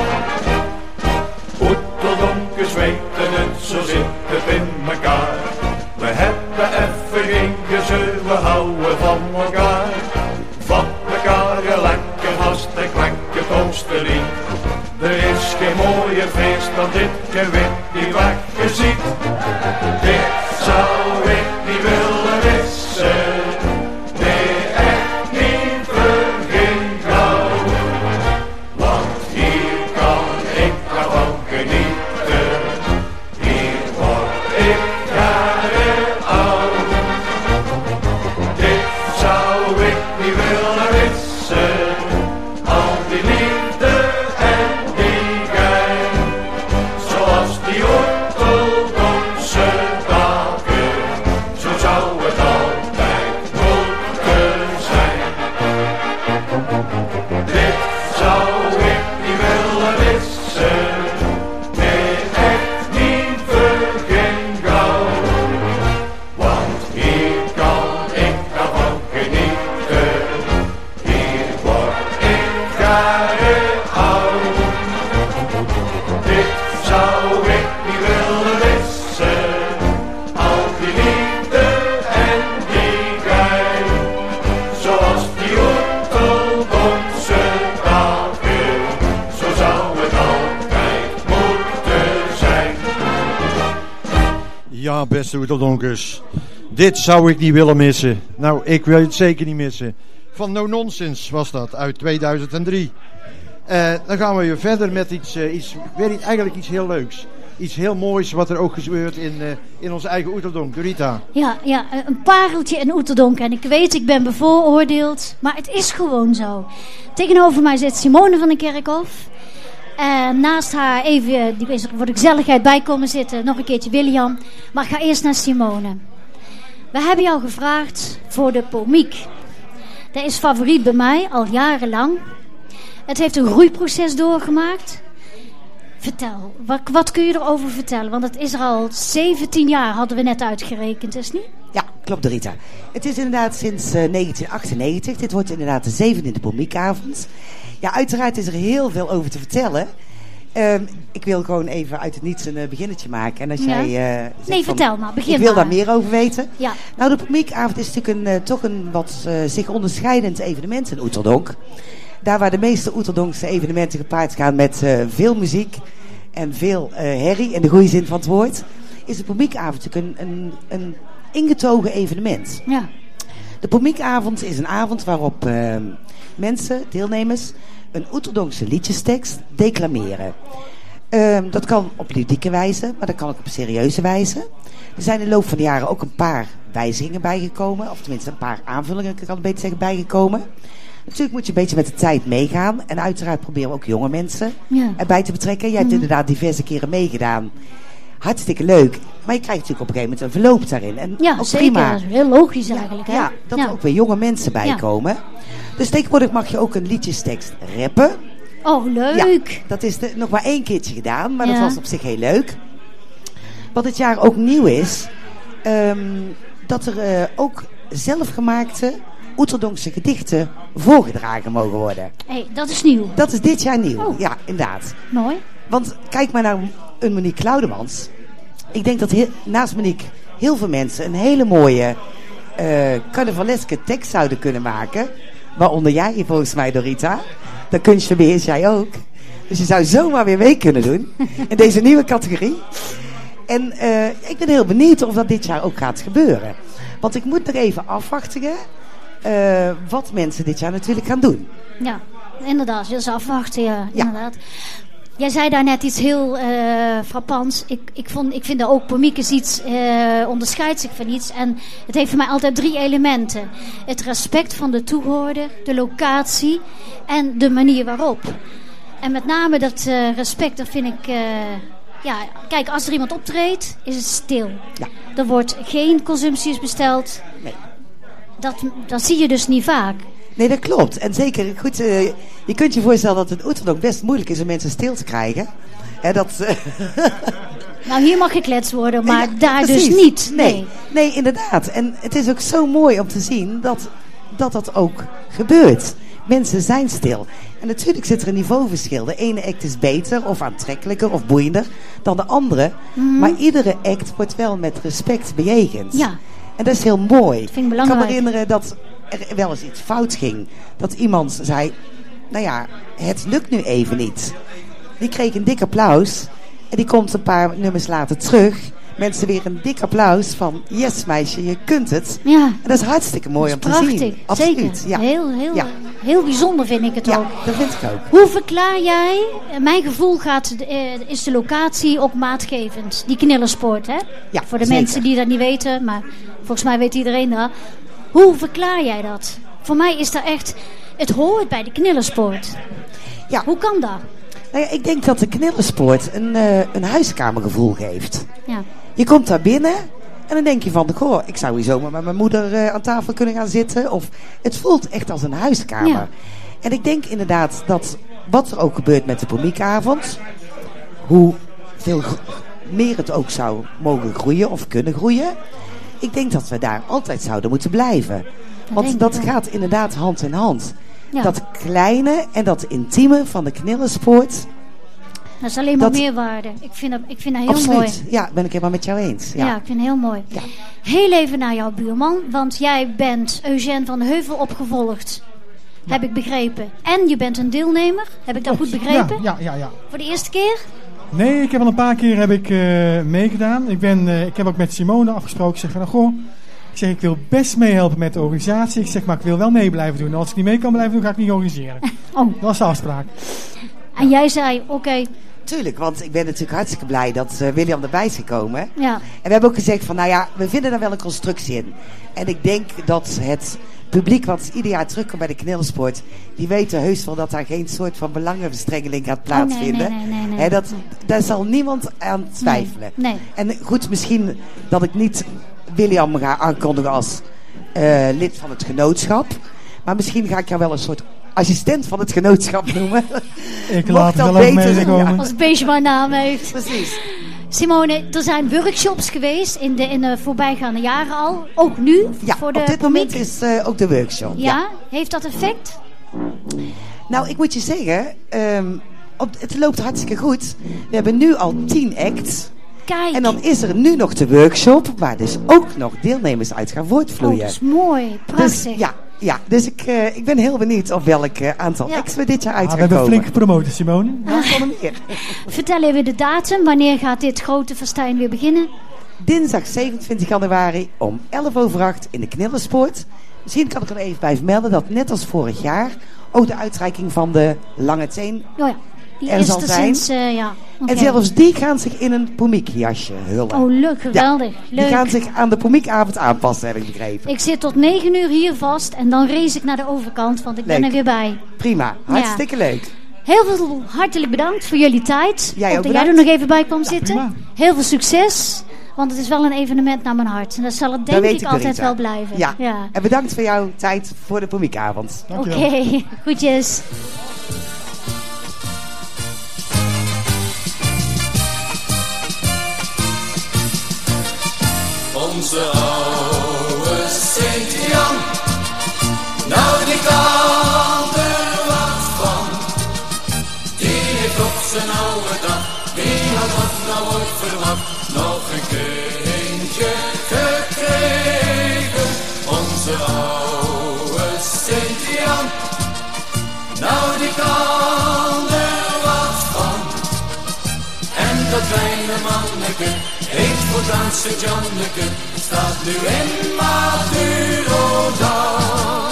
Oeteldonkers weten het, zo zit het in elkaar. We hebben even geen gezeur, we houden van elkaar. Van elkaar lekker vast en klanken toosterie. Er is geen mooier feest dan dit, je weet niet wat je ziet. Dit zou ik niet willen missen, nee echt niet vergeten gauw. Want hier kan ik nog van genieten, hier word ik weer oud. Dit zou ik niet willen missen, al die liefde en die kijk, Ja, beste Oeteldonkers. Dit zou ik niet willen missen. Nou, ik wil het zeker niet missen. Van No Nonsense was dat, uit 2003. Dan gaan we weer verder met eigenlijk iets heel leuks. Iets heel moois wat er ook gebeurt in onze eigen Oeteldonk. Dorita. Ja, een pareltje in Oeteldonk. En ik weet, ik ben bevooroordeeld. Maar het is gewoon zo. Tegenover mij zit Simone van den Kerkhof. En naast haar even, die is er voor de gezelligheid bij komen zitten. Nog een keertje William. Maar ik ga eerst naar Simone. We hebben jou gevraagd voor de Pomiek. Dat is favoriet bij mij, al jarenlang. Het heeft een groeiproces doorgemaakt. Vertel, wat kun je erover vertellen? Want het is er al 17 jaar, hadden we net uitgerekend, is het niet? Ja, klopt Dorita. Het is inderdaad sinds 1998. Dit wordt inderdaad de 7e Pomiekavond. Ja, uiteraard is er heel veel over te vertellen. Ik wil gewoon even uit het niets een beginnetje maken. En als jij zegt vertel maar, begin maar. Ik wil daar meer over weten. Ja. Nou, de Pomiekavond is natuurlijk toch een wat zich onderscheidend evenement in Oeteldonk. Daar waar de meeste Oeteldonkse evenementen gepaard gaan met veel muziek en veel herrie, in de goede zin van het woord, is de Pomiekavond natuurlijk een ingetogen evenement. Ja. De Pomiekavond is een avond waarop mensen, deelnemers, een Oeteldonkse liedjestekst declameren. Dat kan op ludieke wijze, maar dat kan ook op serieuze wijze. Er zijn in de loop van de jaren ook een paar wijzigingen bijgekomen, of tenminste een paar aanvullingen, kan ik beter zeggen, bijgekomen. Natuurlijk moet je een beetje met de tijd meegaan. En uiteraard proberen we ook jonge mensen erbij te betrekken. Jij hebt inderdaad diverse keren meegedaan. Hartstikke leuk. Maar je krijgt natuurlijk op een gegeven moment een verloop daarin. En ja, ook zeker. Prima. Dat is heel logisch eigenlijk. Hè? Ja, dat er ook weer jonge mensen bij komen. Dus tegenwoordig mag je ook een liedjestekst rappen. Oh, leuk. Ja, dat is nog maar 1 keertje gedaan. Maar dat was op zich heel leuk. Wat dit jaar ook nieuw is, dat er ook zelfgemaakte Oeteldonkse gedichten voorgedragen mogen worden. Hey, dat is nieuw. Dat is dit jaar nieuw, ja, inderdaad. Mooi. Want kijk maar naar een Monique Claudemans. Ik denk dat naast Monique heel veel mensen een hele mooie carnavaleske tekst zouden kunnen maken. Waaronder jij volgens mij, Dorita. Dat kunstje beheers jij ook. Dus je zou zomaar weer mee kunnen doen in deze nieuwe categorie. En ik ben heel benieuwd of dat dit jaar ook gaat gebeuren. Want ik moet nog even afwachten wat mensen dit jaar natuurlijk gaan doen. Ja, inderdaad. Dus afwachten, ja. Inderdaad. Jij zei daar net iets heel frappants. Ik vind dat ook Pomiek is iets, onderscheidt zich van iets. En het heeft voor mij altijd 3 elementen. Het respect van de toehoorder, de locatie en de manier waarop. En met name dat respect, dat vind ik... kijk, als er iemand optreedt, is het stil. Ja. Er wordt geen consumpties besteld. Nee. Dat zie je dus niet vaak. Nee, dat klopt. En zeker, goed, je kunt je voorstellen dat het in Oeteldonk best moeilijk is om mensen stil te krijgen. Nou, hier mag gekletst worden, maar daar precies. dus niet. Nee, inderdaad. En het is ook zo mooi om te zien dat ook gebeurt. Mensen zijn stil. En natuurlijk zit er een niveauverschil. De ene act is beter of aantrekkelijker of boeiender dan de andere. Mm-hmm. Maar iedere act wordt wel met respect bejegend. Ja. En dat is heel mooi. Dat vind ik belangrijk. Ik kan me herinneren dat er wel eens iets fout ging. Dat iemand zei, nou ja, het lukt nu even niet. Die kreeg een dik applaus. En die komt een paar nummers later terug. Mensen weer een dik applaus van, yes meisje, je kunt het. Ja. En dat is hartstikke mooi om te zien. Absoluut. Zeker. Ja. Heel bijzonder vind ik het ook. Dat vind ik ook. Hoe verklaar jij, mijn gevoel is de locatie ook maatgevend. Die knillensport, hè? Ja, voor de zeker. mensen die dat niet weten, maar volgens mij weet iedereen dat. Hoe verklaar jij dat? Voor mij is dat echt, het hoort bij de knillensport. Ja. Hoe kan dat? Nou ja, ik denk dat de knillensport een huiskamergevoel geeft. Ja. Je komt daar binnen en dan denk je van, goh, ik zou hier zomaar met mijn moeder aan tafel kunnen gaan zitten. Of het voelt echt als een huiskamer. Ja. En ik denk inderdaad dat wat er ook gebeurt met de Pomiekavond, hoe veel meer het ook zou mogen groeien of kunnen groeien. Ik denk dat we daar altijd zouden moeten blijven. Want dat gaat inderdaad hand in hand. Ja. Dat kleine en dat intieme van de knillensport. Dat is alleen maar meerwaarde. Ik vind dat heel absoluut. mooi. Ja, ben ik helemaal met jou eens. Ja, ik vind het heel mooi. Ja. Heel even naar jouw buurman. Want jij bent Eugène van de Heuvel opgevolgd. Heb ik begrepen. En je bent een deelnemer. Heb ik dat goed begrepen? Ja. Voor de eerste keer? Nee, ik heb al een paar keer meegedaan. Ik heb ook met Simone afgesproken. Ik zeg van, goh, ik wil best meehelpen met de organisatie. Ik zeg, maar ik wil wel mee blijven doen. Als ik niet mee kan blijven doen, ga ik niet organiseren. Dat was de afspraak. En jij zei, oké. Tuurlijk, want ik ben natuurlijk hartstikke blij dat William erbij is gekomen. Ja. En we hebben ook gezegd van, nou ja, we vinden daar wel een constructie in. En ik denk dat het publiek wat ieder jaar terugkomt bij de knillensport, die weten heus wel dat daar geen soort van belangenverstrengeling gaat plaatsvinden. Nee. Daar zal niemand aan twijfelen. Nee. En goed, misschien dat ik niet William ga aankondigen als lid van het genootschap. Maar misschien ga ik jou wel een soort assistent van het genootschap noemen. Ik laat het wel even meekomen. Als het beestje maar naam heeft. Precies. Simone, er zijn workshops geweest in de voorbijgaande jaren al. Ook nu. Ja, voor de op dit moment is ook de workshop. Ja, heeft dat effect? Nou, ik moet je zeggen, het loopt hartstikke goed. We hebben nu al 10 acts. Kijk. En dan is er nu nog de workshop, waar dus ook nog deelnemers uit gaan voortvloeien. Dat is mooi, prachtig. Dus ik ben heel benieuwd op welk aantal acts we dit jaar uit gaan komen. We hebben flink gepromoot, Simone. Vertel even de datum. Wanneer gaat dit grote festijn weer beginnen? Dinsdag 27 januari om 11:08 in de Knillensport. Misschien kan ik er even bij vermelden dat net als vorig jaar ook de uitreiking van de Lange Teen die er is zal er zijn. Sinds, En zelfs die gaan zich in een Pomiek-jasje hullen. Oh, leuk, geweldig. Ja, die gaan zich aan de Pomiekavond aanpassen, heb ik begrepen. Ik zit tot 9 uur hier vast en dan race ik naar de overkant, want ik ben er weer bij. Prima, hartstikke leuk. Heel veel hartelijk bedankt voor jullie tijd. Jij ook dat jij er nog even bij kwam zitten. Prima. Heel veel succes, want het is wel een evenement naar mijn hart. En dat zal het denk ik altijd wel blijven. Ja. En bedankt voor jouw tijd voor de Pomiekavond. Oké, goedjes. Onze oude Sint-Jan, nou die kan er wat van. Die heeft op zijn oude dag, wie had dat nou ooit verwacht, nog een kindje gekregen. Onze oude Sint-Jan, nou die kan er wat van. En dat kleine manneke heet voortaan Sint-Janneke, staat nu in Madurodam.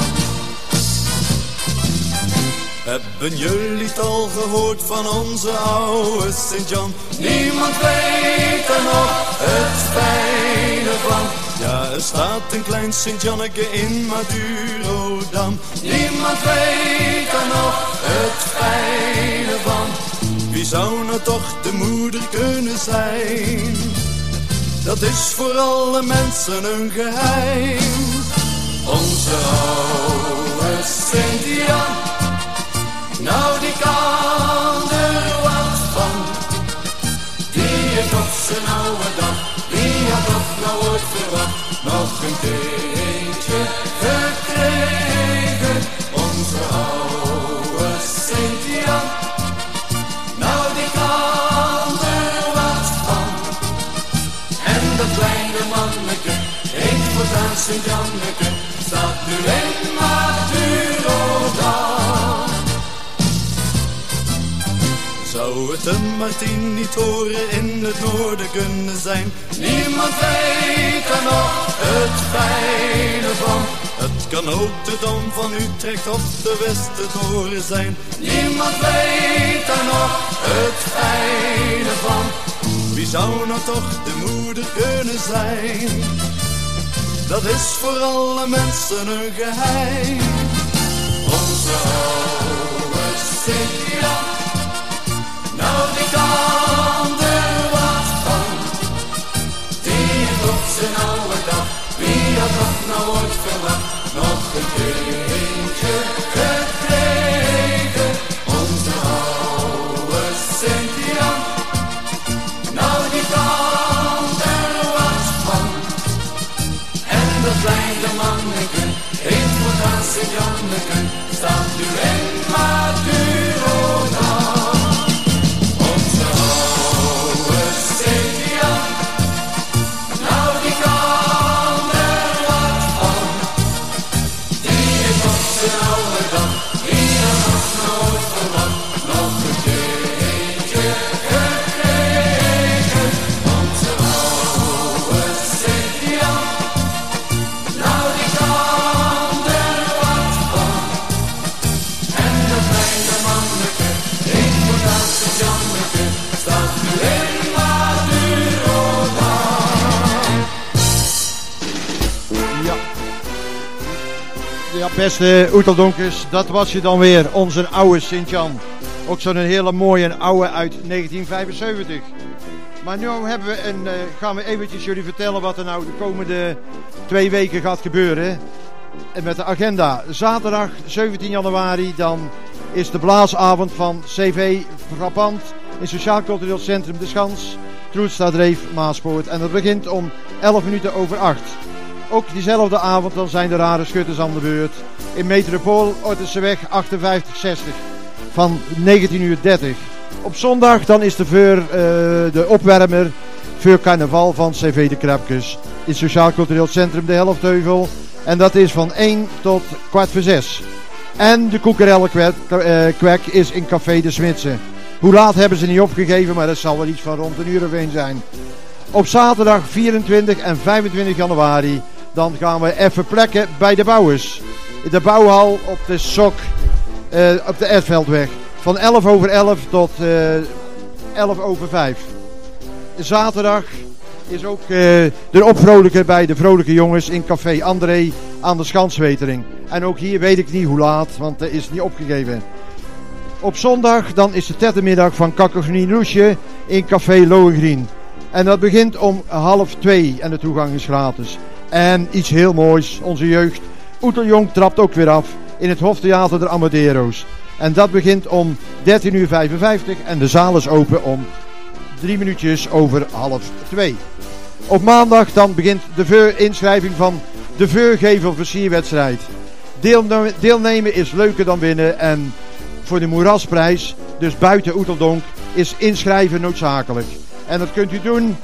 Hebben jullie het al gehoord van onze oude Sint-Jan? Niemand weet er nog het fijne van. Ja, er staat een klein Sint-Janneke in Madurodam. Niemand weet er nog het fijne van. Wie zou nou toch de moeder kunnen zijn? Dat is voor alle mensen een geheim. Onze oude Sint-Jan, nou die kan er wat van. Die heeft op zijn oude dag, wie had dat nou ooit verwacht, nog een kindje gekregen. Onze oude Sint-Jan, nou die kan er wat van. En dat kleine manneke heet voortaan Sint-Janneke, staat nu in Madurodam. Zou het een Martien niet horen in het noorden kunnen zijn? Niemand weet er nog het fijne van. Het kan ook de Dam van Utrecht of de Westertoren zijn. Niemand weet er nog het fijne van. Wie zou nou toch de moeder kunnen zijn? Dat is voor alle mensen een geheim. Onze oude Sint-Jan, nou die kan er wat van. Die heeft op zijn oude dag, wie had dat nou ooit verwacht, nog een kindje gekregen. Onze oude Sint-Jan, nou die kan er wat van. En dat kleine manneke heet voortaan Sint-Janneke, staat nu in Madurodam. Onze oude Sint-Jan, nou die kan er wat van. Die heeft op zijn oude dag, wie had dat nooit verwacht, nog een kindje gekregen. Ja, beste Oeteldonkers, dat was je dan weer, onze oude Sint-Jan. Ook zo'n hele mooie en oude uit 1975. Maar nu gaan we eventjes jullie vertellen wat er nou de komende 2 weken gaat gebeuren. En met de agenda. Zaterdag 17 januari dan is de blaasavond van CV Frappant in Sociaal Cultureel Centrum De Schans, Troelstadreef, Maaspoort. En dat begint om 11 minuten over 8. Ook diezelfde avond dan zijn de rare schutters aan de beurt. In Metropool, Otterseweg 5860 van 19:30. Op zondag dan is de opwarmer voor carnaval van CV De Krapkes in Sociaal Cultureel Centrum De Helftheuvel. En dat is van 1 tot 5:15. En de koekerellenkwek is in Café De Smitsen. Hoe laat hebben ze niet opgegeven, maar dat zal wel iets van rond 1:00 zijn. Op zaterdag 24 en 25 januari dan gaan we even plekken bij de bouwers. In de bouwhal op de Sok, op de Ertveldweg. Van 11:11 tot 11:05. Zaterdag is ook de opvrolijker bij de vrolijke jongens in Café André aan de Schanswetering. En ook hier weet ik niet hoe laat, want er is niet opgegeven. Op zondag dan is de tettenmiddag van Cacofonie Roesje in Café Lohengrin. En dat begint om 1:30 en de toegang is gratis. En iets heel moois, onze jeugd. Oeteljong trapt ook weer af in het Hoftheater de Amadero's. En dat begint om 13:55 en de zaal is open om 3 minuutjes over 1:30. Op maandag dan begint de inschrijving van de Veurgevel versierwedstrijd. Deelnemen is leuker dan winnen en voor de moerasprijs, dus buiten Oeteldonk, is inschrijven noodzakelijk. En dat kunt u doen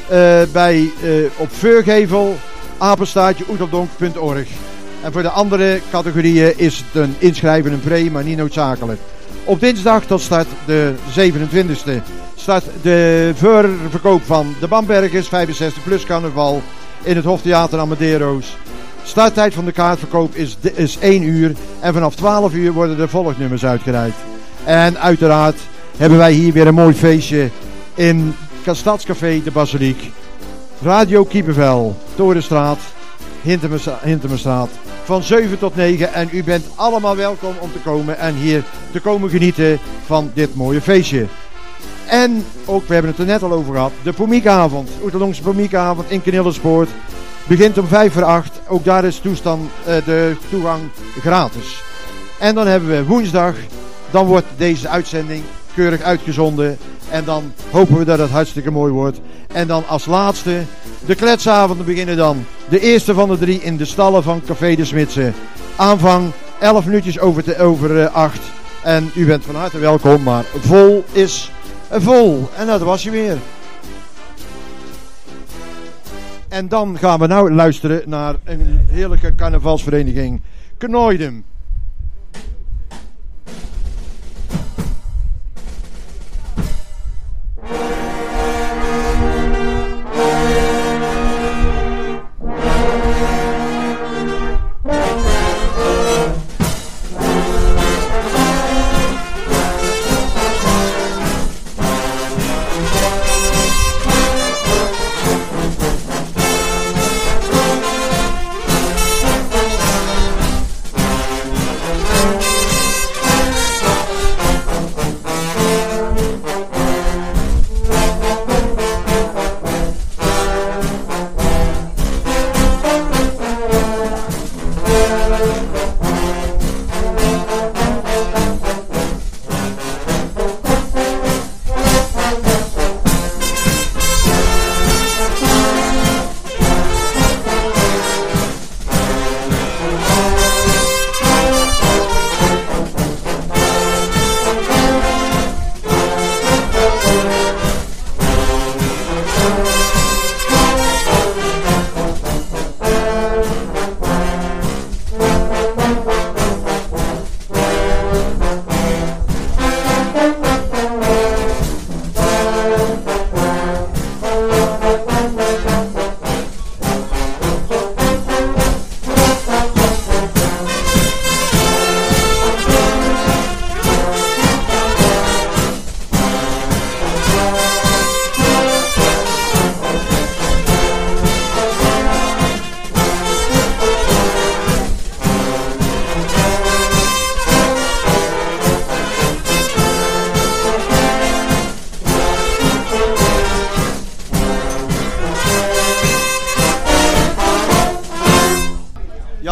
op Veurgevel, @oeteldonk.org. En voor de andere categorieën is het een inschrijven een vrij, maar niet noodzakelijk. Op dinsdag, dat start de 27e, start de voorverkoop van de Bambergers 65 plus carnaval in het Hoftheater Amadero's. Starttijd van de kaartverkoop is 1 uur en vanaf 12 uur worden de volgnummers uitgereikt. En uiteraard hebben wij hier weer een mooi feestje in Stadscafé de Basiliek. Radio Kiepenvel, Torenstraat, Hintermerstraat. Van 7 tot 9 en u bent allemaal welkom om te komen en hier te komen genieten van dit mooie feestje. En ook, we hebben het er net al over gehad, de Pomiekavond, Oetelongse Pomiekavond in Knillenspoort. Begint om 7:05, ook daar is de toegang gratis. En dan hebben we woensdag, dan wordt deze uitzending keurig uitgezonden. En dan hopen we dat het hartstikke mooi wordt. En dan als laatste, de kletsavonden beginnen dan. De eerste van de 3 in de stallen van Café De Smitsen. Aanvang 11 minuutjes over 8. En u bent van harte welkom, maar vol is vol. En dat was je weer. En dan gaan we nou luisteren naar een heerlijke carnavalsvereniging Knooidem.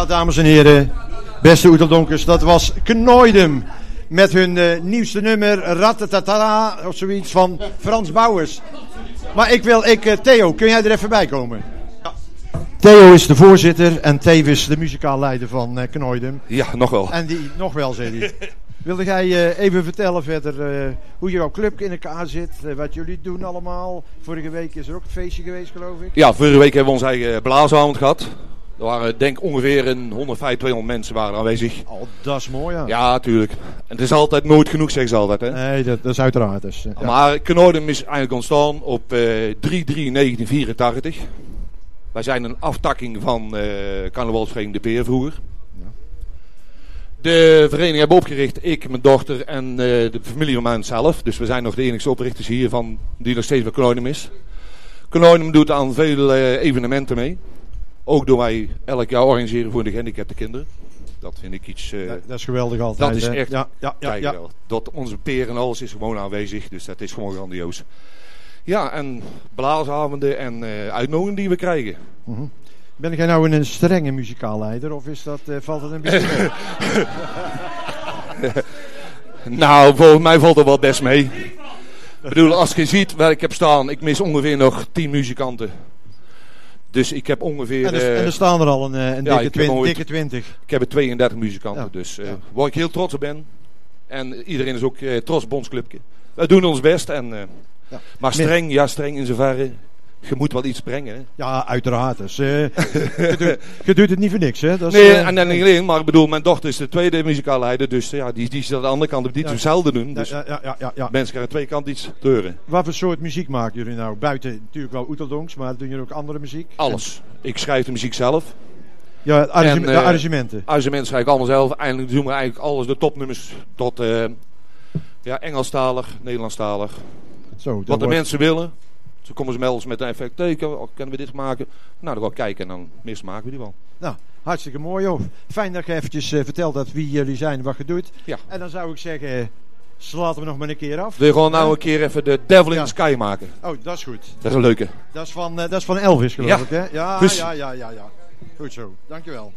dames en heren, beste Oeteldonkers, dat was Knoidem. Met hun nieuwste nummer, Ratatatata, of zoiets van Frans Bouwers. Maar Theo, kun jij er even bij komen? Ja. Theo is de voorzitter en tevens de muzikaal leider van Knoidem. Ja, nog wel. En die, nog wel, zei hij. Wilde jij even vertellen verder hoe jouw club in elkaar zit, wat jullie doen allemaal? Vorige week is er ook een feestje geweest, geloof ik. Ja, vorige week hebben we onze eigen blaasavond gehad. Er waren denk ongeveer 150, 200 mensen waren aanwezig. Oh, dat is mooi, ja. Ja, tuurlijk. En het is altijd nooit genoeg, zeggen ze altijd. Hè? Nee, dat is uiteraard. Dus, ja. Maar Knoidem is eigenlijk ontstaan op 3/3/1984. Wij zijn een aftakking van carnavalsvereniging De Peer vroeger. Ja. De vereniging hebben opgericht, ik, mijn dochter en de familie van mij zelf. Dus we zijn nog de enigste oprichters hiervan die nog steeds bij Knoidem is. Knoidem doet aan veel evenementen mee. Ook door wij elk jaar organiseren voor de gehandicapte kinderen. Dat vind ik iets... dat is geweldig altijd. Dat is echt... Ja. Dat onze peer en alles is gewoon aanwezig. Dus dat is gewoon grandioos. Ja, en blaasavonden en uitnodigingen die we krijgen. Mm-hmm. Ben jij nou een strenge muzikaalleider of is dat, valt het een beetje mee? Nou, volgens mij valt er wel best mee. Ik bedoel, als je ziet waar ik heb staan, ik mis ongeveer nog 10 muzikanten. Dus ik heb ongeveer... En er staan er al een dikke 20. Ik heb er 32 muzikanten, dus waar ik heel trots op ben. En iedereen is ook trots op ons clubje. We doen ons best. Maar streng in zoverre... Je moet wel iets brengen, hè? Ja, uiteraard. Dus, je doet het niet voor niks, hè? Dat is, nee, en niet alleen, maar ik bedoel, mijn dochter is de tweede muzikaalleider, dus ja, die is aan de andere kant niet hetzelfde doen. Dus ja. mensen gaan aan twee kanten iets teuren. Wat voor soort muziek maken jullie nou? Buiten natuurlijk wel Oeteldonks, maar doen jullie ook andere muziek? Alles. Ik schrijf de muziek zelf. Ja, de arrangementen. Arrangementen schrijf ik allemaal zelf. Eindelijk doen we eigenlijk alles, de topnummers, tot Engelstalig, Nederlandstalig. Zo, wat de mensen willen. Zo komen ze met ons met een effect teken. Kunnen we dit maken? Nou, dan gaan we kijken en dan meestal maken we die wel. Nou, hartstikke mooi joh. Fijn dat je eventjes vertelt dat wie jullie zijn en wat je doet. Ja. En dan zou ik zeggen, laten we nog maar een keer af. We gaan nou een keer even de Devil in the Sky maken. Oh, dat is goed. Dat is een leuke. Dat is van Elvis geloof ik hè? Ja, dus. ja. Goed zo. Dankjewel.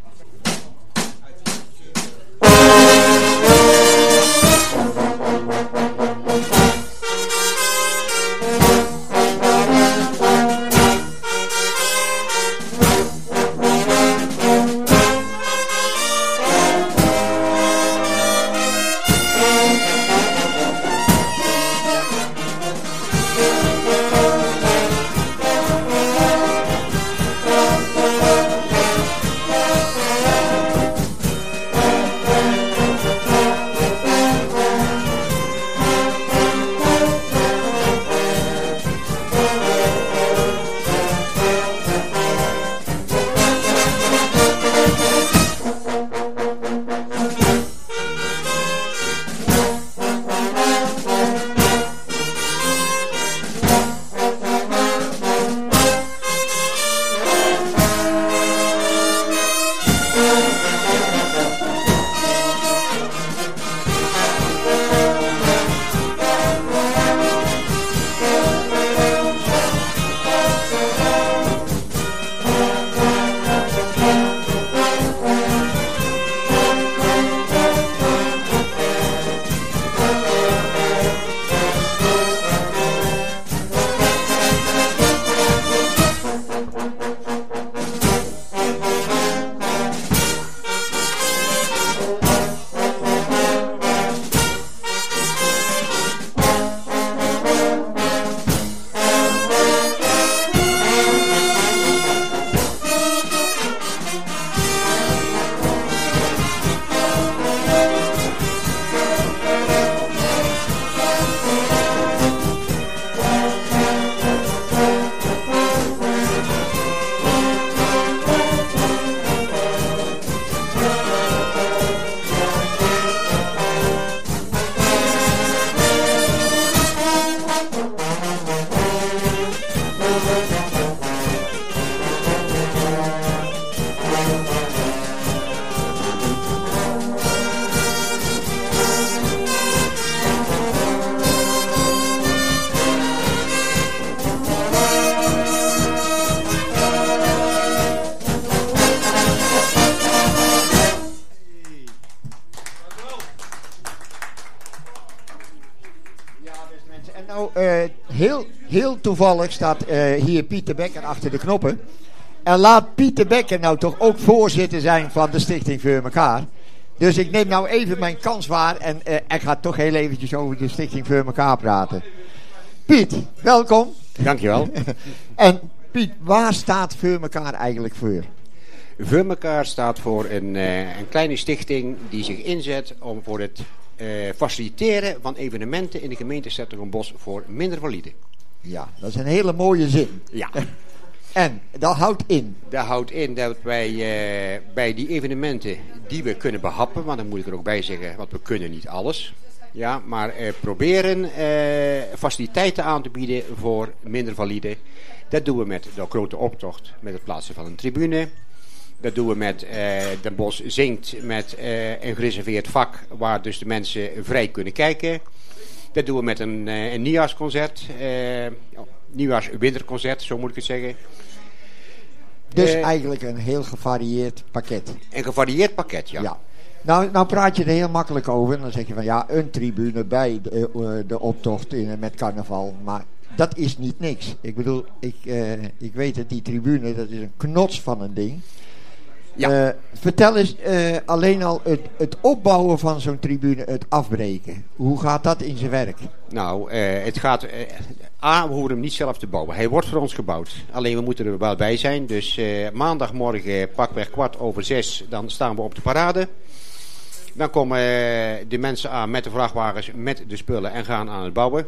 mensen. En nou, heel toevallig staat hier Piet de Bekker achter de knoppen. En laat Piet de Bekker nou toch ook voorzitter zijn van de Stichting Voor Mekaar. Dus ik neem nou even mijn kans waar en ik ga toch heel eventjes over de Stichting Voor Mekaar praten. Piet, welkom. Dankjewel. En Piet, waar staat Voor Mekaar eigenlijk voor? Voor Mekaar staat voor een kleine stichting die zich inzet voor het faciliteren van evenementen in de gemeente 's-Hertogenbosch voor minder valide. Ja, dat is een hele mooie zin. Ja. En dat houdt in? Dat houdt in dat wij bij die evenementen die we kunnen behappen, want dan moet ik er ook bij zeggen, want we kunnen niet alles. Ja, maar proberen faciliteiten aan te bieden voor minder valide. Dat doen we met de grote optocht, met het plaatsen van een tribune. Dat doen we met Den Bosch Zingt, met een gereserveerd vak waar dus de mensen vrij kunnen kijken. Dat doen we met een nieuwjaarsconcert, nieuwjaarswinterconcert, zo moet ik het zeggen. Dus eigenlijk een heel gevarieerd pakket. Een gevarieerd pakket, ja. Ja. Nou praat je er heel makkelijk over. En dan zeg je van ja, een tribune bij de optocht met carnaval. Maar dat is niet niks. Ik bedoel, ik weet dat die tribune, dat is een knots van een ding. Ja. Vertel eens, alleen al het opbouwen van zo'n tribune, het afbreken. Hoe gaat dat in zijn werk? Nou, het gaat... we hoeven hem niet zelf te bouwen. Hij wordt voor ons gebouwd. Alleen we moeten er wel bij zijn. Dus maandagmorgen pakweg 5:15, dan staan we op de parade. Dan komen de mensen aan met de vrachtwagens, met de spullen en gaan aan het bouwen.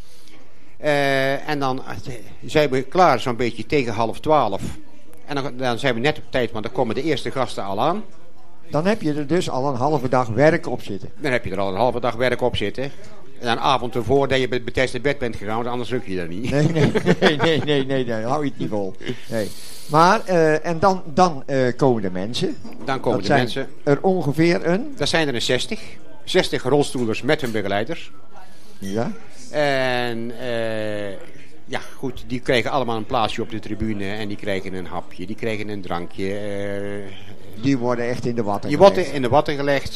En dan zijn we klaar zo'n beetje tegen 11:30. En dan zijn we net op tijd, want dan komen de eerste gasten al aan. Dan heb je er dus al een halve dag werk op zitten. Dan heb je er al een halve dag werk op zitten. En een avond ervoor dat je bij naar bed bent gegaan, want anders ruk je dat niet. Nee, hou je het niet vol. Nee. Maar, en dan komen de mensen. Dan komen de mensen. Er ongeveer een? Dat zijn er een 60. 60 rolstoelers met hun begeleiders. Ja. En ja, goed, die krijgen allemaal een plaatsje op de tribune en die krijgen een hapje, die krijgen een drankje. Die worden echt in de watten gelegd. Die worden in de watten gelegd.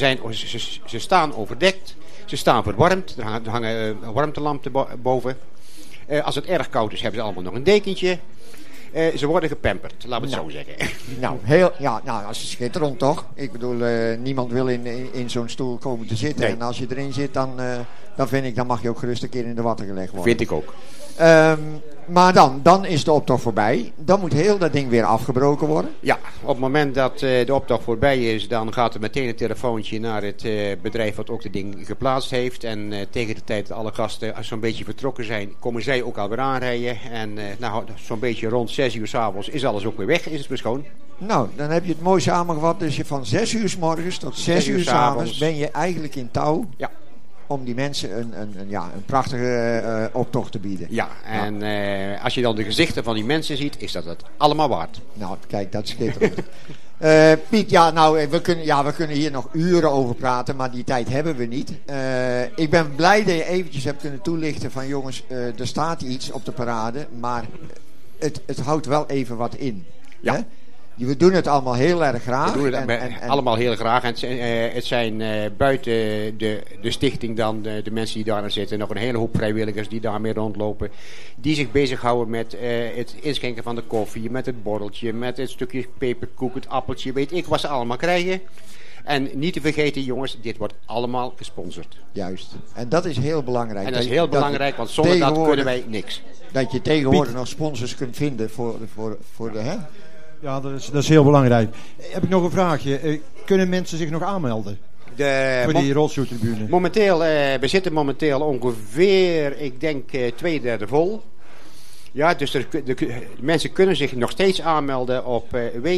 Ze staan overdekt. Ze staan verwarmd. Er hangen warmtelampen boven. Als het erg koud is, hebben ze allemaal nog een dekentje. Ze worden gepamperd, laten we het zo zeggen. Nou, dat is schitterend toch? Ik bedoel, niemand wil in zo'n stoel komen te zitten. Nee. En als je erin zit, dan vind ik, dan mag je ook gerust een keer in de watten gelegd worden. Vind ik ook. Maar dan is de optocht voorbij. Dan moet heel dat ding weer afgebroken worden. Ja, op het moment dat de optocht voorbij is, dan gaat er meteen een telefoontje naar het bedrijf wat ook de ding geplaatst heeft. En tegen de tijd dat alle gasten zo'n beetje vertrokken zijn, komen zij ook alweer aanrijden. En zo'n beetje rond 6 uur 's avonds is alles ook weer weg, is het weer schoon. Nou, dan heb je het mooi samengevat. Dus van 6 uur 's morgens tot 6 uur 's avonds ben je eigenlijk in touw. Ja. Om die mensen een prachtige optocht te bieden. Ja, en als je dan de gezichten van die mensen ziet, is dat het allemaal waard. Nou, kijk, dat is schitterend. Piet, we kunnen hier nog uren over praten, maar die tijd hebben we niet. Ik ben blij dat je eventjes hebt kunnen toelichten van jongens, er staat iets op de parade, maar het houdt wel even wat in. Ja. Hè? We doen het allemaal heel erg graag. We doen het allemaal heel graag. En het zijn buiten de stichting dan, de mensen die daar zitten, nog een hele hoop vrijwilligers die daarmee rondlopen. Die zich bezighouden met het inschenken van de koffie, met het borreltje, met het stukje peperkoek, het appeltje, weet ik wat ze allemaal krijgen. En niet te vergeten jongens, dit wordt allemaal gesponsord. Juist. En dat is heel belangrijk. En dat is heel belangrijk, want zonder dat kunnen wij niks. Dat je tegenwoordig nog sponsors kunt vinden voor de... Hè? Ja, dat is heel belangrijk. Heb ik nog een vraagje. Kunnen mensen zich nog aanmelden? Voor die rolstoeltribune? Momenteel, we zitten momenteel ongeveer, ik denk 2/3 vol. Ja, dus mensen kunnen zich nog steeds aanmelden op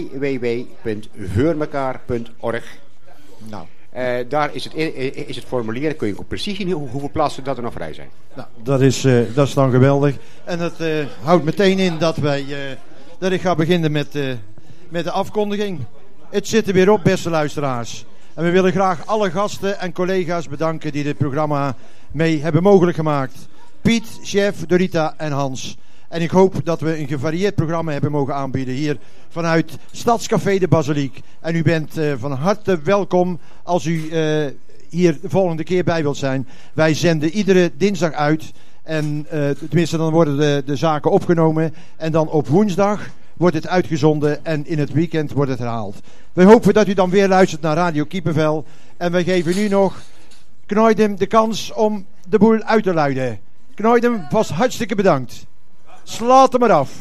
www.voormekaar.org. Nou. Daar is het formulier, dan kun je ook precies zien hoeveel plaatsen dat er nog vrij zijn. Nou, dat is dan geweldig. En dat houdt meteen in dat ik ga beginnen met de afkondiging. Het zit er weer op, beste luisteraars. En we willen graag alle gasten en collega's bedanken die dit programma mee hebben mogelijk gemaakt. Piet, Chef, Dorita en Hans. En ik hoop dat we een gevarieerd programma hebben mogen aanbieden hier vanuit Stadscafé de Basiliek. En u bent van harte welkom als u hier de volgende keer bij wilt zijn. Wij zenden iedere dinsdag uit. En tenminste, dan worden de zaken opgenomen. En dan op woensdag wordt het uitgezonden. En in het weekend wordt het herhaald. We hopen dat u dan weer luistert naar Radio Kiepenvel. En wij geven nu nog Knoidem de kans om de boel uit te luiden. Knoidem, was hartstikke bedankt. Slaat hem maar af.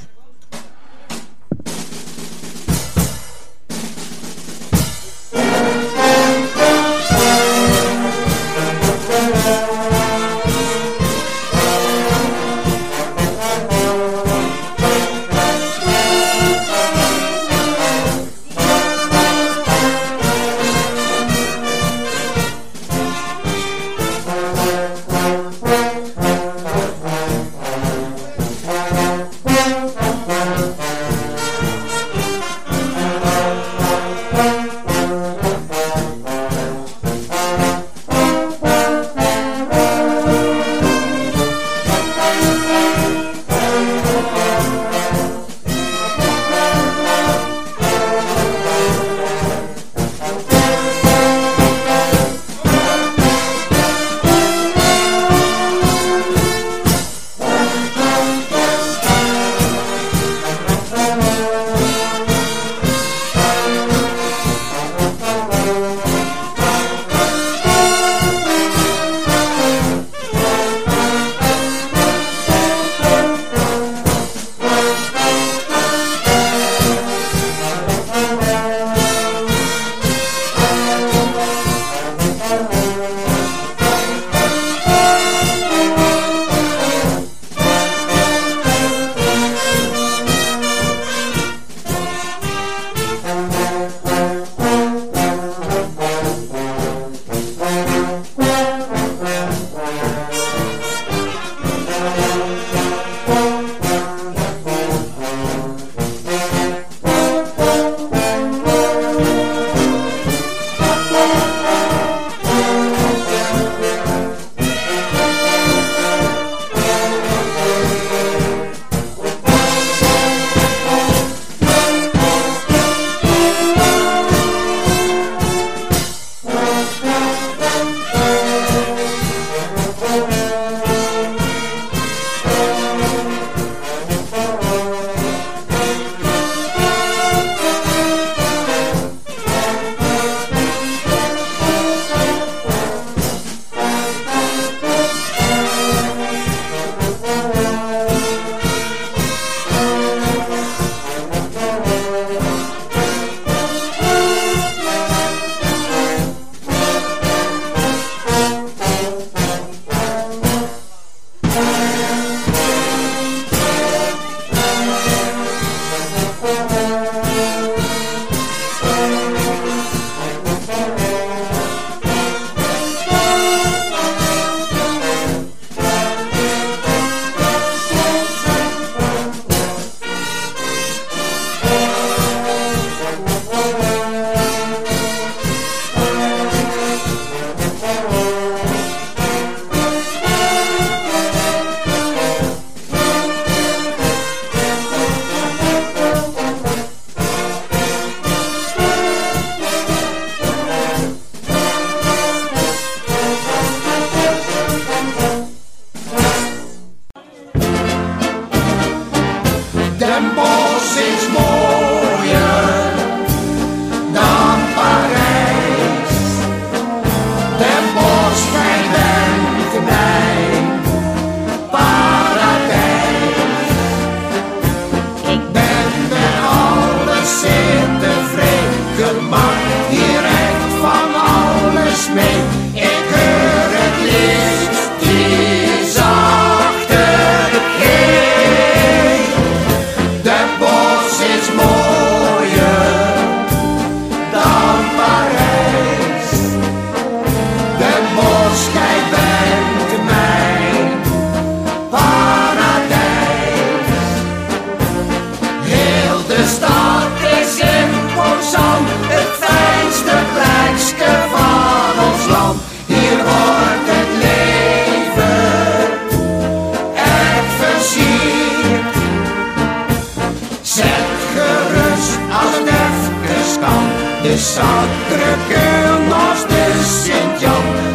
de Sacre-Cœur naast de Sint-Jan.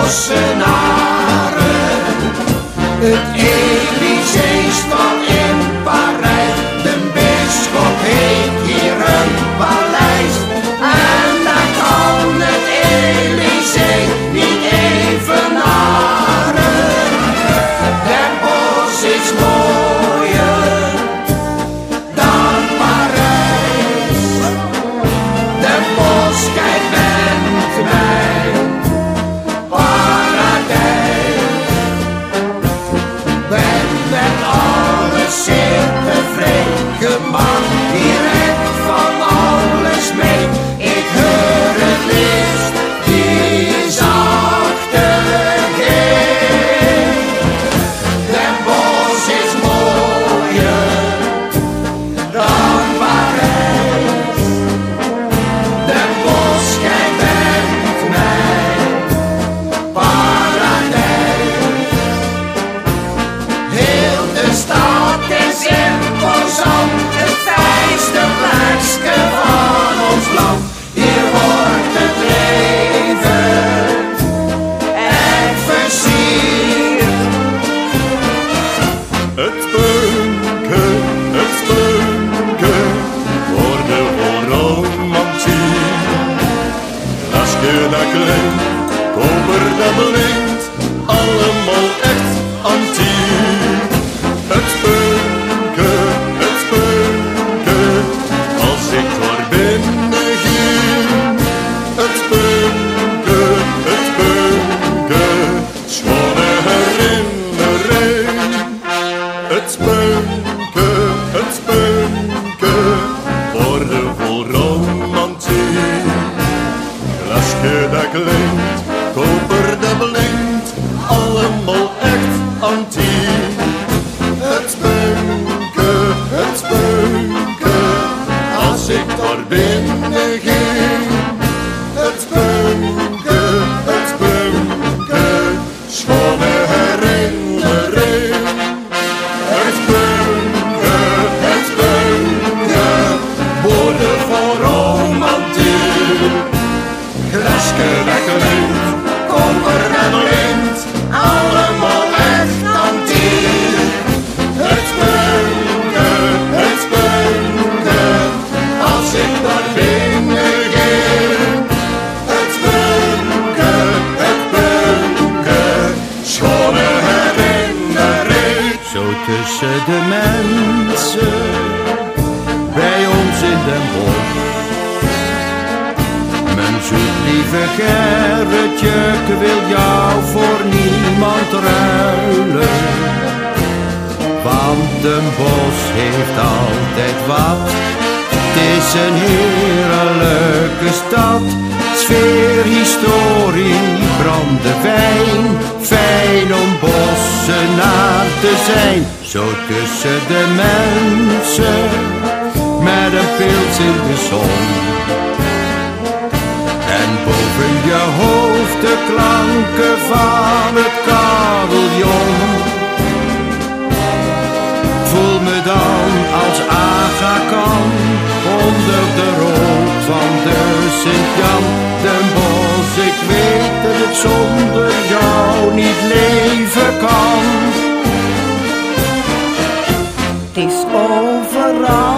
Bossenaren. Het Elysée staat in Parijs. De bisschop heeft hier een paleis. En daar kan het Elysée niet evenaren. Den Bosch is mooier dan Parijs. Den Bosch, kijk, bent mijn paradijs. Ben met alles zeer tevreden, gemak direct van alles mee. Ik hoor het liefst die zachte G. Den Bosch is mooier dan Parijs. Den Bosch, jij bent mijn paradijs. Heel de stad is imposant, het fijnste plekje van ons land. Hier wordt het leven echt versierd. Het spunken, worden vol romantiek. Lasje dat klinkt, koper dat blinkt, allemaal echt antiek. Het spunken, als ik door binnen ging. Het spunken, schone herinnering. Het spunken, worden vol romantiek. Glasje dat klinkt, koper dat blinkt, allemaal echt antiek. Het spunken, als ik door binnen ging. Het spunken, schone herinnering. Het spunken, woorden van romantiek. Glasje dat klinkt, koper en blind, allemaal echt antiek. Het spunken, als ik daar binnen ging. Het spunken, schone herinnering. Zo tussen de mensen, bij ons in Den Bosch. Mijn zoet lieve Gerritje, ik wil jou voor niemand ruilen. Want Den Bosch heeft altijd wat. Het is een heerlijke stad. Sfeer, historie, brandewijn. Fijn om Bossenaar te zijn. Zo tussen de mensen, met een pils in de zon. En boven je hoofd de klanken van het carillon. Voel me dan als Aga kan, onder de rook van de Sint-Jan. Den Bosch, ik weet dat ik zonder jou niet leven kan. Het is overal